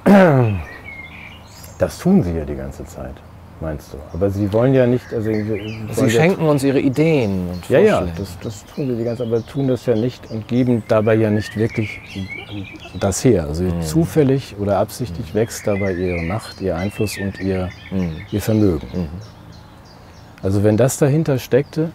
Das tun sie ja die ganze Zeit, meinst du? Aber sie wollen ja nicht... Also sie schenken uns ihre Ideen und Vorschläge. Ja, das tun sie die ganze Zeit, aber tun das ja nicht und geben dabei ja nicht wirklich das her. Also zufällig oder absichtlich wächst dabei ihre Macht, ihr Einfluss und ihr Vermögen. Also wenn das dahinter steckte,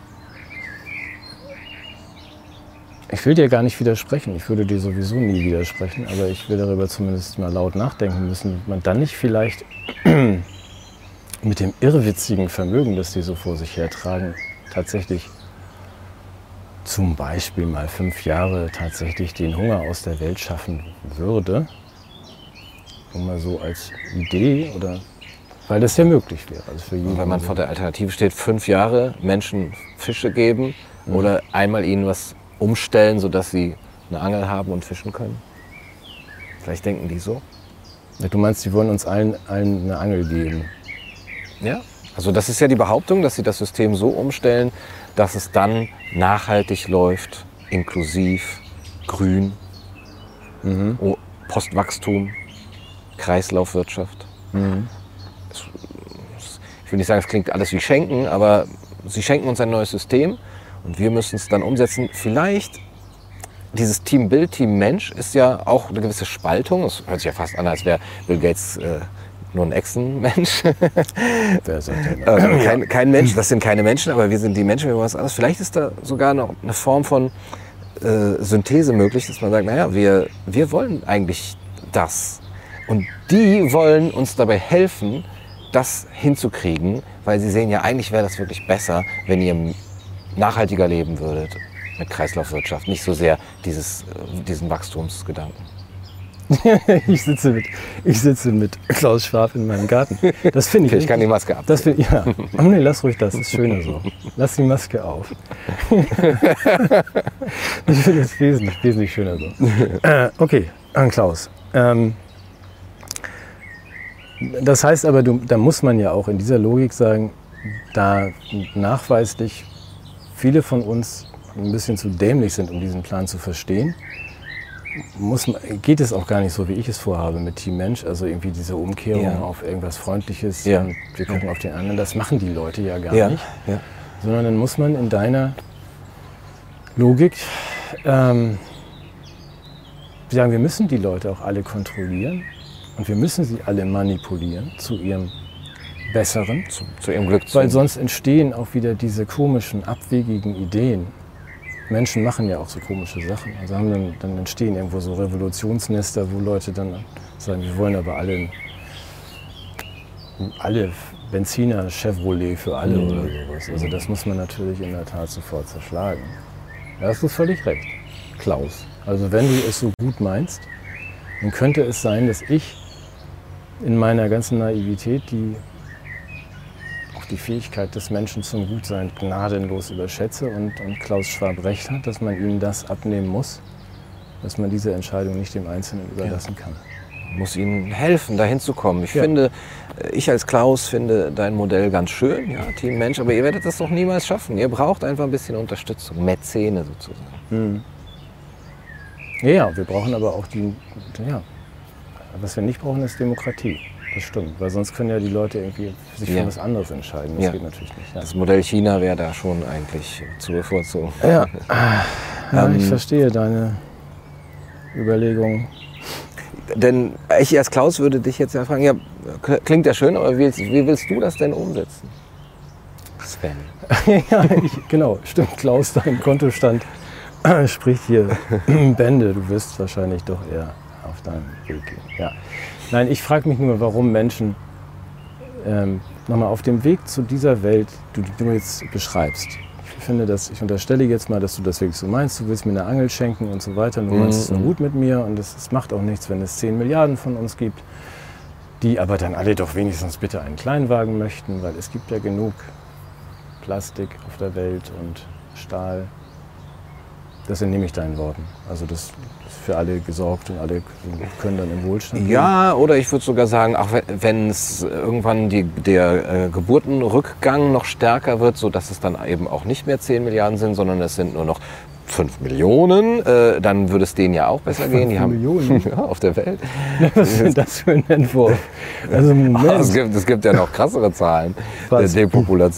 ich will dir gar nicht widersprechen, ich würde dir sowieso nie widersprechen, aber ich will darüber zumindest mal laut nachdenken müssen, ob man dann nicht vielleicht mit dem irrwitzigen Vermögen, das die so vor sich hertragen, tatsächlich zum Beispiel mal 5 Jahre tatsächlich den Hunger aus der Welt schaffen würde. Nur mal so als Idee, oder weil das ja möglich wäre. Also für jeden, weil man vor der Alternative steht, 5 Jahre Menschen Fische geben oder einmal ihnen was umstellen, sodass sie eine Angel haben und fischen können. Vielleicht denken die so. Du meinst, die wollen uns allen eine Angel geben? Ja, also das ist ja die Behauptung, dass sie das System so umstellen, dass es dann nachhaltig läuft, inklusiv, grün, Postwachstum, Kreislaufwirtschaft. Ich will nicht sagen, es klingt alles wie Schenken, aber sie schenken uns ein neues System und wir müssen es dann umsetzen. Vielleicht dieses Team Bill, Team Mensch ist ja auch eine gewisse Spaltung. Es hört sich ja fast an, als wäre Bill Gates nur ein Echsenmensch. Wer sagt denn? Kein Mensch, das sind keine Menschen, aber wir sind die Menschen, wir wollen was anderes. Vielleicht ist da sogar noch eine Form von Synthese möglich, dass man sagt, naja, wir wollen eigentlich das. Und die wollen uns dabei helfen, das hinzukriegen, weil sie sehen ja, eigentlich wäre das wirklich besser, wenn ihr nachhaltiger leben würdet mit Kreislaufwirtschaft, nicht so sehr diesen Wachstumsgedanken. Ich sitze mit Klaus Schwab in meinem Garten. Das finde ich. Okay, ich kann die Maske ab. Ja. Oh nee, lass ruhig das, ist schöner so. Lass die Maske auf. Ich finde es wesentlich schöner so. Okay, Klaus. Das heißt aber, da muss man ja auch in dieser Logik sagen, da nachweislich viele von uns ein bisschen zu dämlich sind, um diesen Plan zu verstehen, geht es auch gar nicht so, wie ich es vorhabe mit Team Mensch, also irgendwie diese Umkehrung auf irgendwas Freundliches und wir gucken auf den anderen. Das machen die Leute ja gar nicht, sondern dann muss man in deiner Logik sagen, wir müssen die Leute auch alle kontrollieren und wir müssen sie alle manipulieren zu ihrem Besseren, zu ihrem Glück. Weil sonst entstehen auch wieder diese komischen, abwegigen Ideen. Menschen machen ja auch so komische Sachen. Also dann entstehen irgendwo so Revolutionsnester, wo Leute dann Sagen, wir wollen aber alle Benziner, Chevrolet für alle oder sowas. Also das muss man natürlich in der Tat sofort zerschlagen. Da hast du völlig recht, Klaus. Also wenn du es so gut meinst, dann könnte es sein, dass ich in meiner ganzen Naivität auch die Fähigkeit des Menschen zum Gutsein gnadenlos überschätze und Klaus Schwab recht hat, dass man ihm das abnehmen muss, dass man diese Entscheidung nicht dem Einzelnen überlassen kann. Muss ihnen helfen, dahin zu kommen. Ich als Klaus finde dein Modell ganz schön, ja, Team Mensch, aber ihr werdet das doch niemals schaffen. Ihr braucht einfach ein bisschen Unterstützung, Mäzene sozusagen. Ja, wir brauchen aber auch was wir nicht brauchen, ist Demokratie. Das stimmt, weil sonst können ja die Leute irgendwie sich für was anderes entscheiden. Das geht natürlich nicht. Ja. Das Modell China wäre da schon eigentlich zu bevorzugen. Ja, ich verstehe deine Überlegungen. Denn ich als Klaus würde dich jetzt ja fragen, ja, klingt ja schön, aber wie willst du das denn umsetzen? Sven. Ja, genau, stimmt, Klaus, dein Kontostand spricht hier Bände. Du wirst wahrscheinlich doch eher auf deinem Weg gehen. Ja. Nein, ich frage mich nur, warum Menschen nochmal auf dem Weg zu dieser Welt, die du jetzt beschreibst. Ich unterstelle jetzt mal, dass du das wirklich so meinst, du willst mir eine Angel schenken und so weiter, du meinst es so gut mit mir und es macht auch nichts, wenn es 10 Milliarden von uns gibt, die aber dann alle doch wenigstens bitte einen Kleinwagen möchten, weil es gibt ja genug Plastik auf der Welt und Stahl. Das entnehme ich deinen Worten. Also das ist für alle gesorgt und alle können dann im Wohlstand leben. Ja, oder ich würde sogar sagen, auch wenn es irgendwann der Geburtenrückgang noch stärker wird, sodass es dann eben auch nicht mehr 10 Milliarden sind, sondern es sind nur noch 5 Millionen, dann würde es denen ja auch besser gehen. 5 Millionen? Ja, auf der Welt. Was ist denn das für ein Entwurf? Also es gibt ja noch krassere Zahlen. Was? Der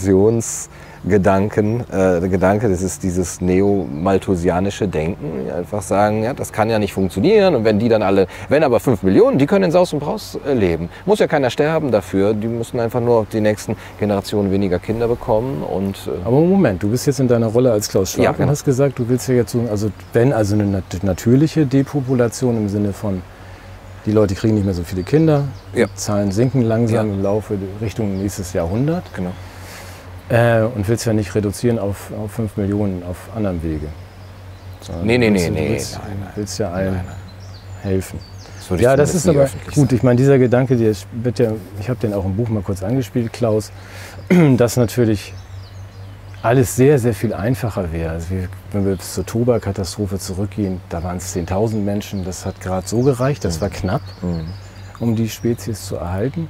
Gedanke, das ist dieses neo-malthusianische Denken, einfach sagen, ja, das kann ja nicht funktionieren und wenn aber 5 Millionen, die können in Saus und Braus leben. Muss ja keiner sterben dafür, die müssen einfach nur die nächsten Generationen weniger Kinder bekommen und... Aber Moment, du bist jetzt in deiner Rolle als Klaus Schwab und hast gesagt, du willst ja jetzt so, wenn eine natürliche Depopulation im Sinne von, die Leute kriegen nicht mehr so viele Kinder, die Zahlen sinken langsam im Laufe Richtung nächstes Jahrhundert. Genau. Und willst ja nicht reduzieren auf 5 Millionen auf anderem Wege. Nee. Du willst ja allen helfen. Ja, das ist aber gut. Ich meine, dieser Gedanke, ich habe den auch im Buch mal kurz angespielt, Klaus, dass natürlich alles sehr, sehr viel einfacher wäre. Also wenn wir bis zur Toba-Katastrophe zurückgehen, da waren es 10.000 Menschen, das hat gerade so gereicht, das war knapp, um die Spezies zu erhalten.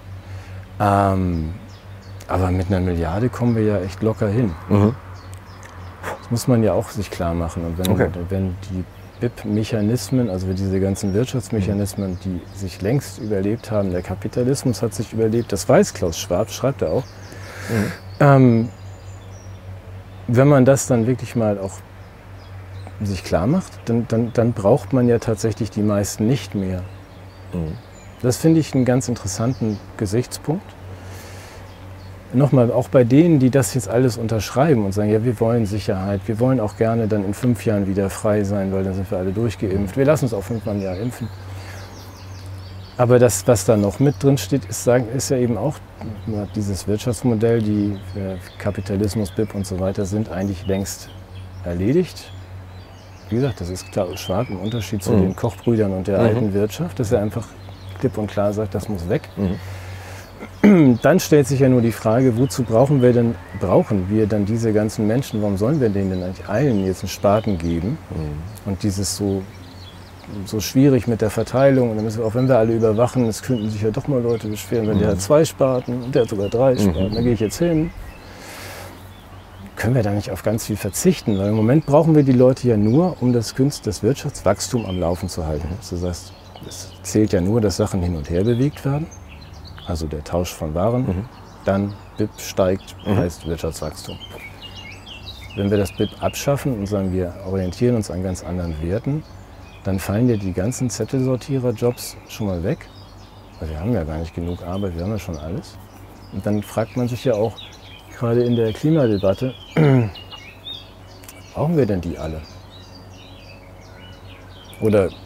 Aber mit 1 Milliarde kommen wir ja echt locker hin. Das muss man ja auch sich klar machen. Und wenn die BIP-Mechanismen, also diese ganzen Wirtschaftsmechanismen, die sich längst überlebt haben, der Kapitalismus hat sich überlebt, das weiß Klaus Schwab, schreibt er auch. Wenn man das dann wirklich mal auch sich klar macht, dann braucht man ja tatsächlich die meisten nicht mehr. Das finde ich einen ganz interessanten Gesichtspunkt. Nochmal, auch bei denen, die das jetzt alles unterschreiben und sagen, ja, wir wollen Sicherheit, wir wollen auch gerne dann in 5 Jahren wieder frei sein, weil dann sind wir alle durchgeimpft. Wir lassen uns auch 5-mal im Jahr impfen. Aber das, was da noch mit drin steht, ist ja eben auch dieses Wirtschaftsmodell, die Kapitalismus, BIP und so weiter sind eigentlich längst erledigt. Wie gesagt, das ist klar Schwab im Unterschied zu den Kochbrüdern und der alten Wirtschaft, dass er einfach klipp und klar sagt, das muss weg. Dann stellt sich ja nur die Frage, wozu brauchen wir dann diese ganzen Menschen? Warum sollen wir denen denn eigentlich allen jetzt einen Spaten geben? Und dieses so schwierig mit der Verteilung. Und dann müssen wir, auch wenn wir alle überwachen, es könnten sich ja doch mal Leute beschweren, wenn der hat 2 Spaten und der hat sogar 3 Spaten, dann gehe ich jetzt hin. Können wir da nicht auf ganz viel verzichten? Weil im Moment brauchen wir die Leute ja nur, um das Wirtschaftswachstum am Laufen zu halten. Das heißt, es zählt ja nur, dass Sachen hin und her bewegt werden. Also der Tausch von Waren, dann BIP steigt, heißt Wirtschaftswachstum. Wenn wir das BIP abschaffen und sagen, wir orientieren uns an ganz anderen Werten, dann fallen ja die ganzen Zettelsortierer-Jobs schon mal weg. Weil wir haben ja gar nicht genug Arbeit, wir haben ja schon alles. Und dann fragt man sich ja auch, gerade in der Klimadebatte, brauchen wir denn die alle? Oder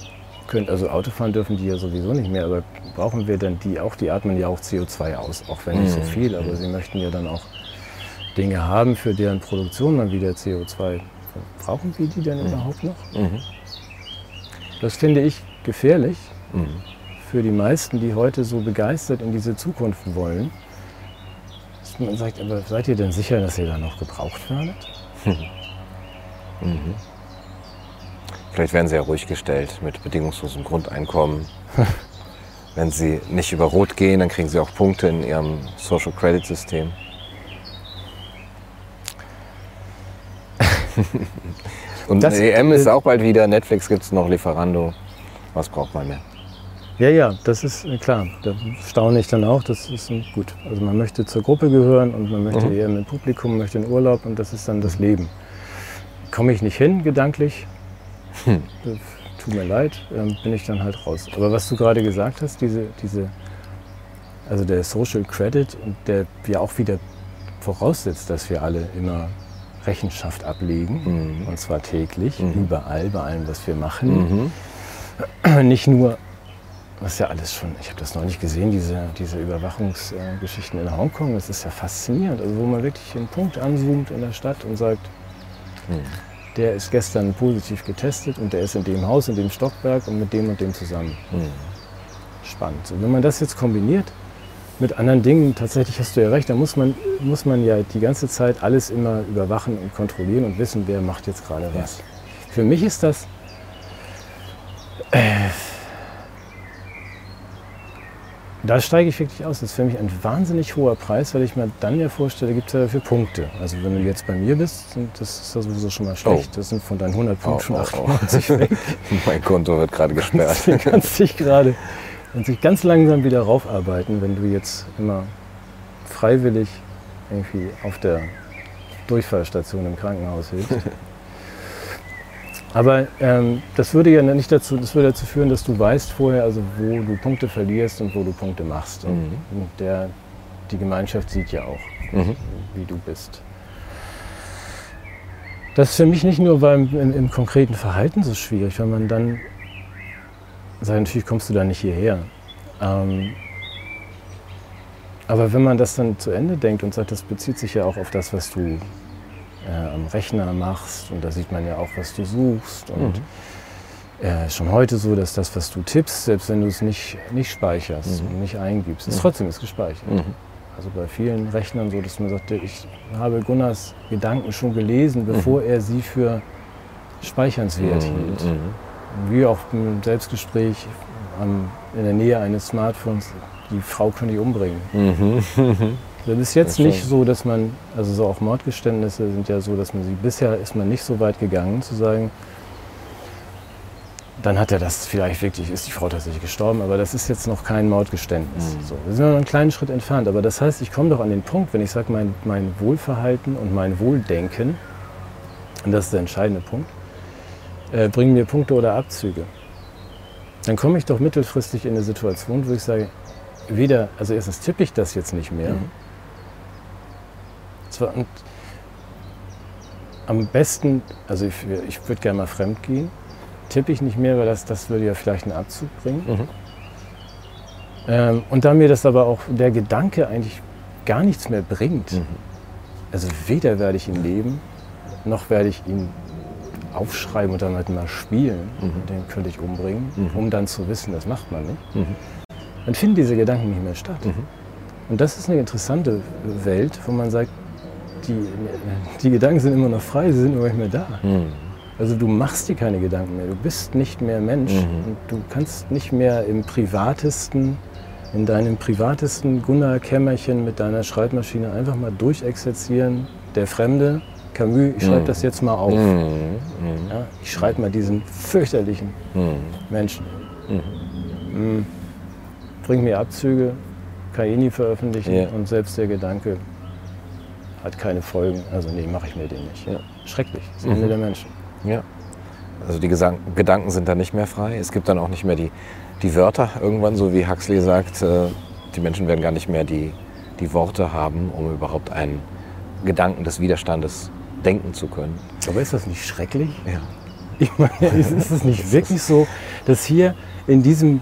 Also Autofahren dürfen die ja sowieso nicht mehr, aber brauchen wir denn die auch? Die atmen ja auch CO2 aus, auch wenn nicht so viel, aber sie möchten ja dann auch Dinge haben, für deren Produktion man wieder CO2. Brauchen wir die denn überhaupt noch? Das finde ich gefährlich für die meisten, die heute so begeistert in diese Zukunft wollen. Dass man sagt, aber seid ihr denn sicher, dass ihr da noch gebraucht werdet? Vielleicht werden sie ja ruhig gestellt mit bedingungslosem Grundeinkommen. Wenn sie nicht über Rot gehen, dann kriegen sie auch Punkte in ihrem Social Credit System. Und das, EM ist auch bald wieder, Netflix gibt es noch, Lieferando. Was braucht man mehr? Ja, das ist klar. Da staune ich dann auch. Das ist gut. Also man möchte zur Gruppe gehören und man möchte eher mit Publikum, möchte in Urlaub und das ist dann das Leben. Komme ich nicht hin, gedanklich, tut mir leid, bin ich dann halt raus. Aber was du gerade gesagt hast, also der Social Credit, und der ja auch wieder voraussetzt, dass wir alle immer Rechenschaft ablegen, und zwar täglich, überall, bei allem, was wir machen. Nicht nur, was ja alles schon, ich habe das noch nicht gesehen, diese Überwachungsgeschichten in Hongkong, das ist ja faszinierend, also wo man wirklich einen Punkt anzoomt in der Stadt und sagt, der ist gestern positiv getestet und der ist in dem Haus, in dem Stockwerk und mit dem zusammen. Spannend. Und wenn man das jetzt kombiniert mit anderen Dingen, tatsächlich hast du ja recht, da muss man ja die ganze Zeit alles immer überwachen und kontrollieren und wissen, wer macht jetzt gerade was. Für mich ist das da steige ich wirklich aus. Das ist für mich ein wahnsinnig hoher Preis, weil ich mir dann ja vorstelle, gibt es ja dafür Punkte. Also wenn du jetzt bei mir bist, das ist ja sowieso schon mal schlecht. Das sind von deinen 100 Punkten schon 98 weg. Mein Konto wird gerade gesperrt. Du kannst dich ganz langsam wieder raufarbeiten, wenn du jetzt immer freiwillig irgendwie auf der Durchfallstation im Krankenhaus hilfst. Aber das würde ja nicht dazu führen, dass du weißt vorher, also wo du Punkte verlierst und wo du Punkte machst. Und die Gemeinschaft sieht ja auch, wie du bist. Das ist für mich nicht nur im konkreten Verhalten so schwierig, weil man dann sagt, natürlich kommst du da nicht hierher. Aber wenn man das dann zu Ende denkt und sagt, das bezieht sich ja auch auf das, was du am Rechner machst, und da sieht man ja auch, was du suchst. Und schon heute so, dass das, was du tippst, selbst wenn du es nicht speicherst und nicht eingibst, ist trotzdem gespeichert. Also bei vielen Rechnern so, dass man sagt, ich habe Gunnars Gedanken schon gelesen, bevor er sie für speichernswert hielt. Wie auch im Selbstgespräch in der Nähe eines Smartphones, die Frau könnte ich umbringen. Das ist jetzt nicht so, dass man, also so auch Mordgeständnisse sind ja so, dass man bisher ist man nicht so weit gegangen zu sagen, dann hat er das vielleicht wirklich, ist die Frau tatsächlich gestorben, aber das ist jetzt noch kein Mordgeständnis. So, wir sind noch einen kleinen Schritt entfernt, aber das heißt, ich komme doch an den Punkt, wenn ich sage, mein Wohlverhalten und mein Wohldenken, und das ist der entscheidende Punkt, bringen mir Punkte oder Abzüge. Dann komme ich doch mittelfristig in eine Situation, wo ich sage, also erstens tippe ich das jetzt nicht mehr. Und am besten, also ich würde gerne mal fremd gehen, tippe ich nicht mehr, weil das würde ja vielleicht einen Abzug bringen. Und da mir das aber auch der Gedanke eigentlich gar nichts mehr bringt, also weder werde ich ihn leben, noch werde ich ihn aufschreiben und damit mal spielen, den könnte ich umbringen, um dann zu wissen, das macht man nicht. Dann finden diese Gedanken nicht mehr statt. Und das ist eine interessante Welt, wo man sagt, die Gedanken sind immer noch frei, sie sind nur nicht mehr da. Also du machst dir keine Gedanken mehr, du bist nicht mehr Mensch und du kannst nicht mehr in deinem privatesten Gunnar-Kämmerchen mit deiner Schreibmaschine einfach mal durchexerzieren, der Fremde, Camus, ich schreibe das jetzt mal auf. Ja, ich schreibe mal diesen fürchterlichen Menschen. Bringt mir Abzüge, kann ich nie veröffentlichen und selbst der Gedanke hat keine Folgen. Also nee, mache ich mir den nicht. Schrecklich, das Ende der Menschen. Ja. Also die Gedanken sind dann nicht mehr frei. Es gibt dann auch nicht mehr die Wörter irgendwann, so wie Huxley sagt. Die Menschen werden gar nicht mehr die Worte haben, um überhaupt einen Gedanken des Widerstandes denken zu können. Aber ist das nicht schrecklich? Ja. Ich meine, ist es nicht wirklich so, dass hier in diesem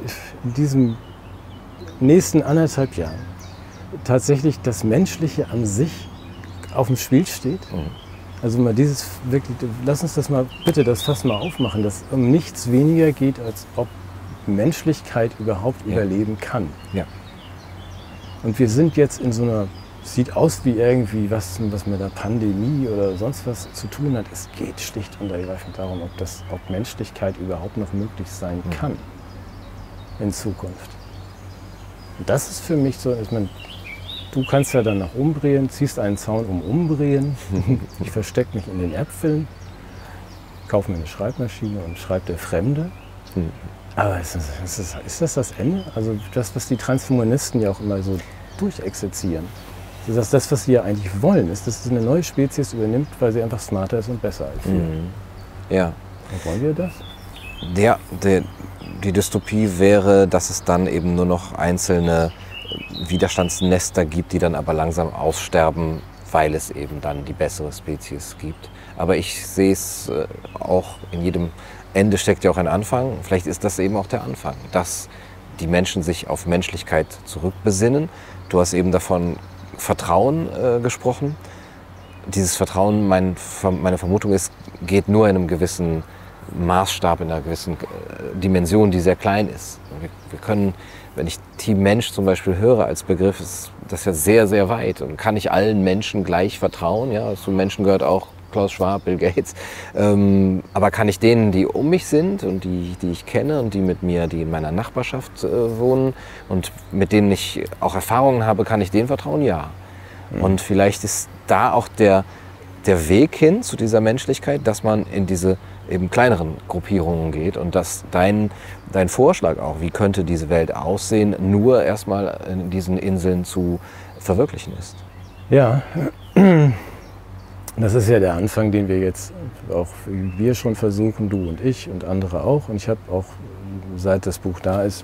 nächsten 1,5 Jahren tatsächlich das Menschliche an sich auf dem Spiel steht? Also mal dieses wirklich, lass uns das mal, bitte das Fass mal aufmachen, dass um nichts weniger geht, als ob Menschlichkeit überhaupt überleben kann. Ja. Und wir sind jetzt in so einer, sieht aus wie irgendwie was mit der Pandemie oder sonst was zu tun hat. Es geht schlicht und ergreifend darum, ob Menschlichkeit überhaupt noch möglich sein kann in Zukunft. Und das ist für mich so, ich meine, du kannst ja dann nach Umbrien, ziehst einen Zaun um Umbrien. Ich verstecke mich in den Äpfeln, kaufe mir eine Schreibmaschine und schreibe der Fremde. Aber ist das Ende? Also das, was die Transhumanisten ja auch immer so durchexerzieren. Ist das, was sie ja eigentlich wollen, ist, dass es eine neue Spezies übernimmt, weil sie einfach smarter ist und besser als wir. Ja. Und wollen wir das? Die Dystopie wäre, dass es dann eben nur noch einzelne Widerstandsnester gibt, die dann aber langsam aussterben, weil es eben dann die bessere Spezies gibt. Aber ich sehe es auch, in jedem Ende steckt ja auch ein Anfang. Vielleicht ist das eben auch der Anfang, dass die Menschen sich auf Menschlichkeit zurückbesinnen. Du hast eben davon Vertrauen gesprochen. Dieses Vertrauen, meine Vermutung ist, geht nur in einem gewissen Maßstab, in einer gewissen Dimension, die sehr klein ist. Wir können, wenn ich Team Mensch zum Beispiel höre als Begriff, ist das ja sehr, sehr weit. Und kann ich allen Menschen gleich vertrauen? Ja, zu Menschen gehört auch Klaus Schwab, Bill Gates. Aber kann ich denen, die um mich sind und die ich kenne und die mit mir, die in meiner Nachbarschaft wohnen und mit denen ich auch Erfahrungen habe, kann ich denen vertrauen? Ja. Und vielleicht ist da auch der Weg hin zu dieser Menschlichkeit, dass man in diese eben kleineren Gruppierungen geht und dass dein Vorschlag auch, wie könnte diese Welt aussehen, nur erstmal in diesen Inseln zu verwirklichen ist. Ja, das ist ja der Anfang, den wir jetzt auch wir schon versuchen, du und ich und andere auch. Und ich habe auch, seit das Buch da ist,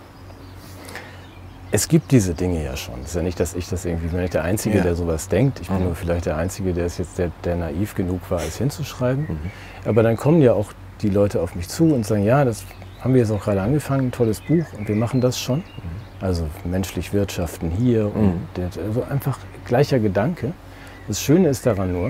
es gibt diese Dinge ja schon. Es ist ja nicht, dass ich das irgendwie, ich bin nicht der Einzige, der sowas denkt. Ich bin nur vielleicht der Einzige, der ist jetzt der naiv genug war, es hinzuschreiben. Aber dann kommen ja auch die Leute auf mich zu und sagen, ja, das haben wir jetzt auch gerade angefangen, ein tolles Buch und wir machen das schon. Also menschlich wirtschaften hier und also einfach gleicher Gedanke. Das Schöne ist daran nur,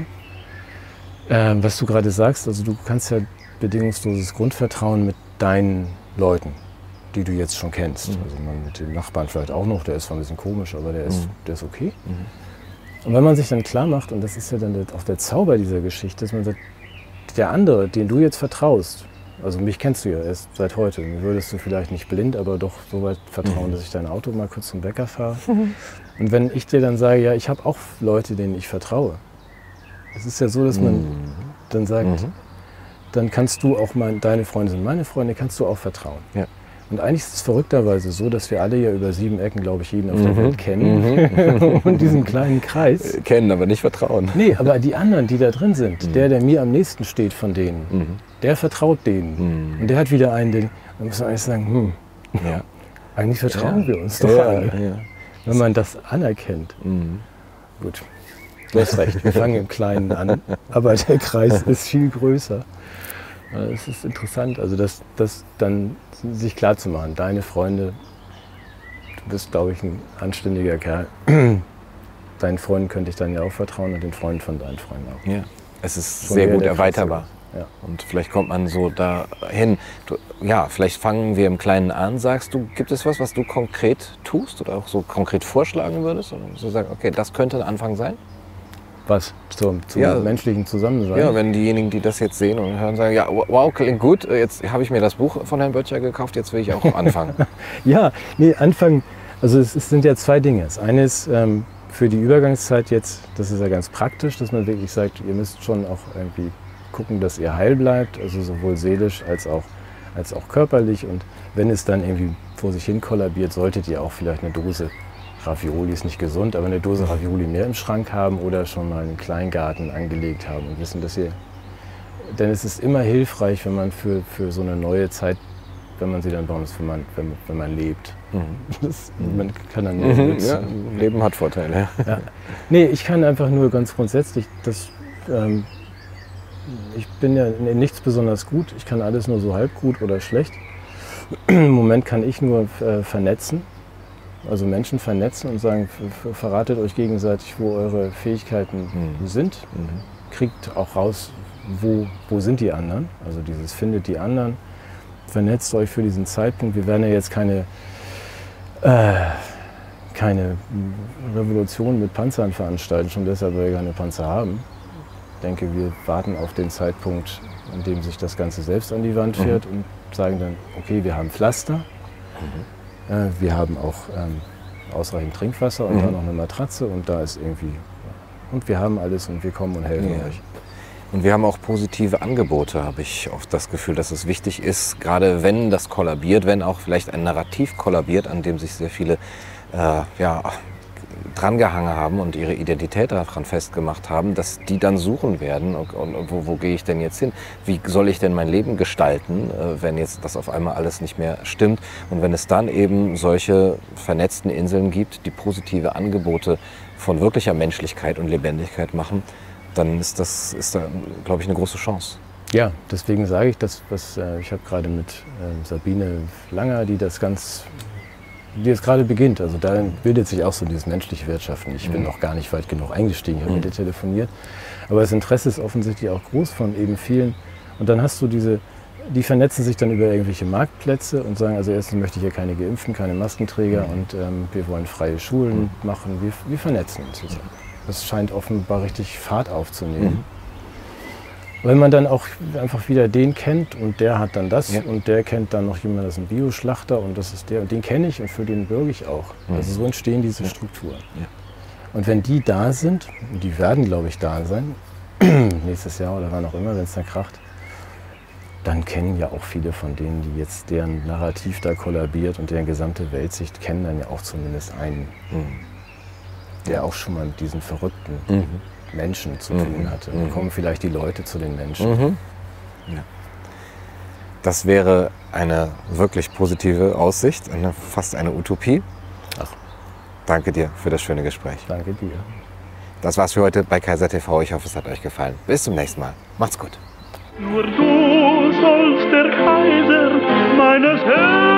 was du gerade sagst, also du kannst ja bedingungsloses Grundvertrauen mit deinen Leuten, die du jetzt schon kennst. Also mit dem Nachbarn vielleicht auch noch, der ist zwar ein bisschen komisch, aber der ist okay. Und wenn man sich dann klar macht, und das ist ja dann auch der Zauber dieser Geschichte, dass man sagt, der andere, den du jetzt vertraust, also mich kennst du ja erst seit heute, mir würdest du vielleicht nicht blind, aber doch so weit vertrauen, dass ich dein Auto mal kurz zum Bäcker fahre. Und wenn ich dir dann sage, ja, ich habe auch Leute, denen ich vertraue. Es ist ja so, dass man dann sagt, dann kannst du auch deine Freunde sind meine Freunde, kannst du auch vertrauen. Ja. Und eigentlich ist es verrückterweise so, dass wir alle ja über 7 Ecken, glaube ich, jeden auf der Welt kennen. Und diesen kleinen Kreis. Kennen, aber nicht vertrauen. Nee, aber die anderen, die da drin sind, der mir am nächsten steht von denen, der vertraut denen. Und der hat wieder einen, da muss man eigentlich sagen, eigentlich vertrauen wir uns doch alle. Ja. Wenn man das anerkennt. Gut, du hast recht, wir fangen im Kleinen an, aber der Kreis ist viel größer. Es ist interessant, also das dann sich klar zu machen, deine Freunde, du bist, glaube ich, ein anständiger Kerl, deinen Freunden könnte ich dann ja auch vertrauen und den Freunden von deinen Freunden auch. Ja, es ist sehr gut erweiterbar. Ja. Und vielleicht kommt man so dahin. Vielleicht fangen wir im Kleinen an. Sagst du, gibt es was du konkret tust oder auch so konkret vorschlagen würdest? Oder so sagen, okay, das könnte ein Anfang sein? Was? Zum menschlichen Zusammensein? Ja, wenn diejenigen, die das jetzt sehen und hören, sagen, ja, wow, klingt gut, jetzt habe ich mir das Buch von Herrn Böttcher gekauft, jetzt will ich auch anfangen. Anfangen, also es sind ja 2 Dinge. Das eine ist für die Übergangszeit jetzt, das ist ja ganz praktisch, dass man wirklich sagt, ihr müsst schon auch irgendwie gucken, dass ihr heil bleibt, also sowohl seelisch als auch körperlich. Und wenn es dann irgendwie vor sich hin kollabiert, solltet ihr auch vielleicht eine Dose Ravioli, ist nicht gesund, aber eine Dose Ravioli mehr im Schrank haben oder schon mal einen Kleingarten angelegt haben und wissen, dass denn es ist immer hilfreich, wenn man für so eine neue Zeit, wenn man sie dann baut, wenn man lebt. Man kann dann Leben hat Vorteile. Ja. Nee, ich kann einfach nur ganz grundsätzlich ich bin ja in nichts besonders gut. Ich kann alles nur so halb gut oder schlecht. Im Moment kann ich nur vernetzen, also Menschen vernetzen und sagen, verratet euch gegenseitig, wo eure Fähigkeiten sind. Kriegt auch raus, wo sind die anderen. Also dieses findet die anderen, vernetzt euch für diesen Zeitpunkt. Wir werden ja jetzt keine Revolution mit Panzern veranstalten, schon deshalb, weil wir keine Panzer haben. Ich denke, wir warten auf den Zeitpunkt, an dem sich das Ganze selbst an die Wand fährt und sagen dann, okay, wir haben Pflaster, wir haben auch ausreichend Trinkwasser und da noch eine Matratze und da ist irgendwie, und wir haben alles und wir kommen und helfen euch. Und wir haben auch positive Angebote, habe ich oft das Gefühl, dass es wichtig ist, gerade wenn das kollabiert, wenn auch vielleicht ein Narrativ kollabiert, an dem sich sehr viele drangehangen haben und ihre Identität daran festgemacht haben, dass die dann suchen werden, und wo gehe ich denn jetzt hin? Wie soll ich denn mein Leben gestalten, wenn jetzt das auf einmal alles nicht mehr stimmt? Und wenn es dann eben solche vernetzten Inseln gibt, die positive Angebote von wirklicher Menschlichkeit und Lebendigkeit machen, dann ist da, glaube ich, eine große Chance. Ja, deswegen sage ich das, ich habe gerade mit Sabine Langer, die jetzt gerade beginnt. Also da bildet sich auch so dieses menschliche Wirtschaften. Ich bin noch gar nicht weit genug eingestiegen, ich habe mit ihr telefoniert. Aber das Interesse ist offensichtlich auch groß von eben vielen. Und dann hast du die vernetzen sich dann über irgendwelche Marktplätze und sagen, also erstens möchte ich hier keine Geimpften, keine Maskenträger und wir wollen freie Schulen machen. Wir vernetzen uns zusammen. Das scheint offenbar richtig Fahrt aufzunehmen. Weil man dann auch einfach wieder den kennt und der hat dann das und der kennt dann noch jemanden, das ist ein Bioschlachter und das ist der und den kenne ich und für den bürge ich auch. Also so entstehen diese Strukturen. Und wenn die da sind, und die werden glaube ich da sein, nächstes Jahr oder wann auch immer, wenn es dann kracht, dann kennen ja auch viele von denen, die jetzt deren Narrativ da kollabiert und deren gesamte Weltsicht kennen, dann ja auch zumindest einen, der auch schon mal mit diesen verrückten Menschen zu tun hatte. Dann kommen vielleicht die Leute zu den Menschen. Ja. Das wäre eine wirklich positive Aussicht, fast eine Utopie. Ach. Danke dir für das schöne Gespräch. Danke dir. Das war's für heute bei Kaiser TV. Ich hoffe, es hat euch gefallen. Bis zum nächsten Mal. Macht's gut. Nur du sollst der Kaiser meines Herzens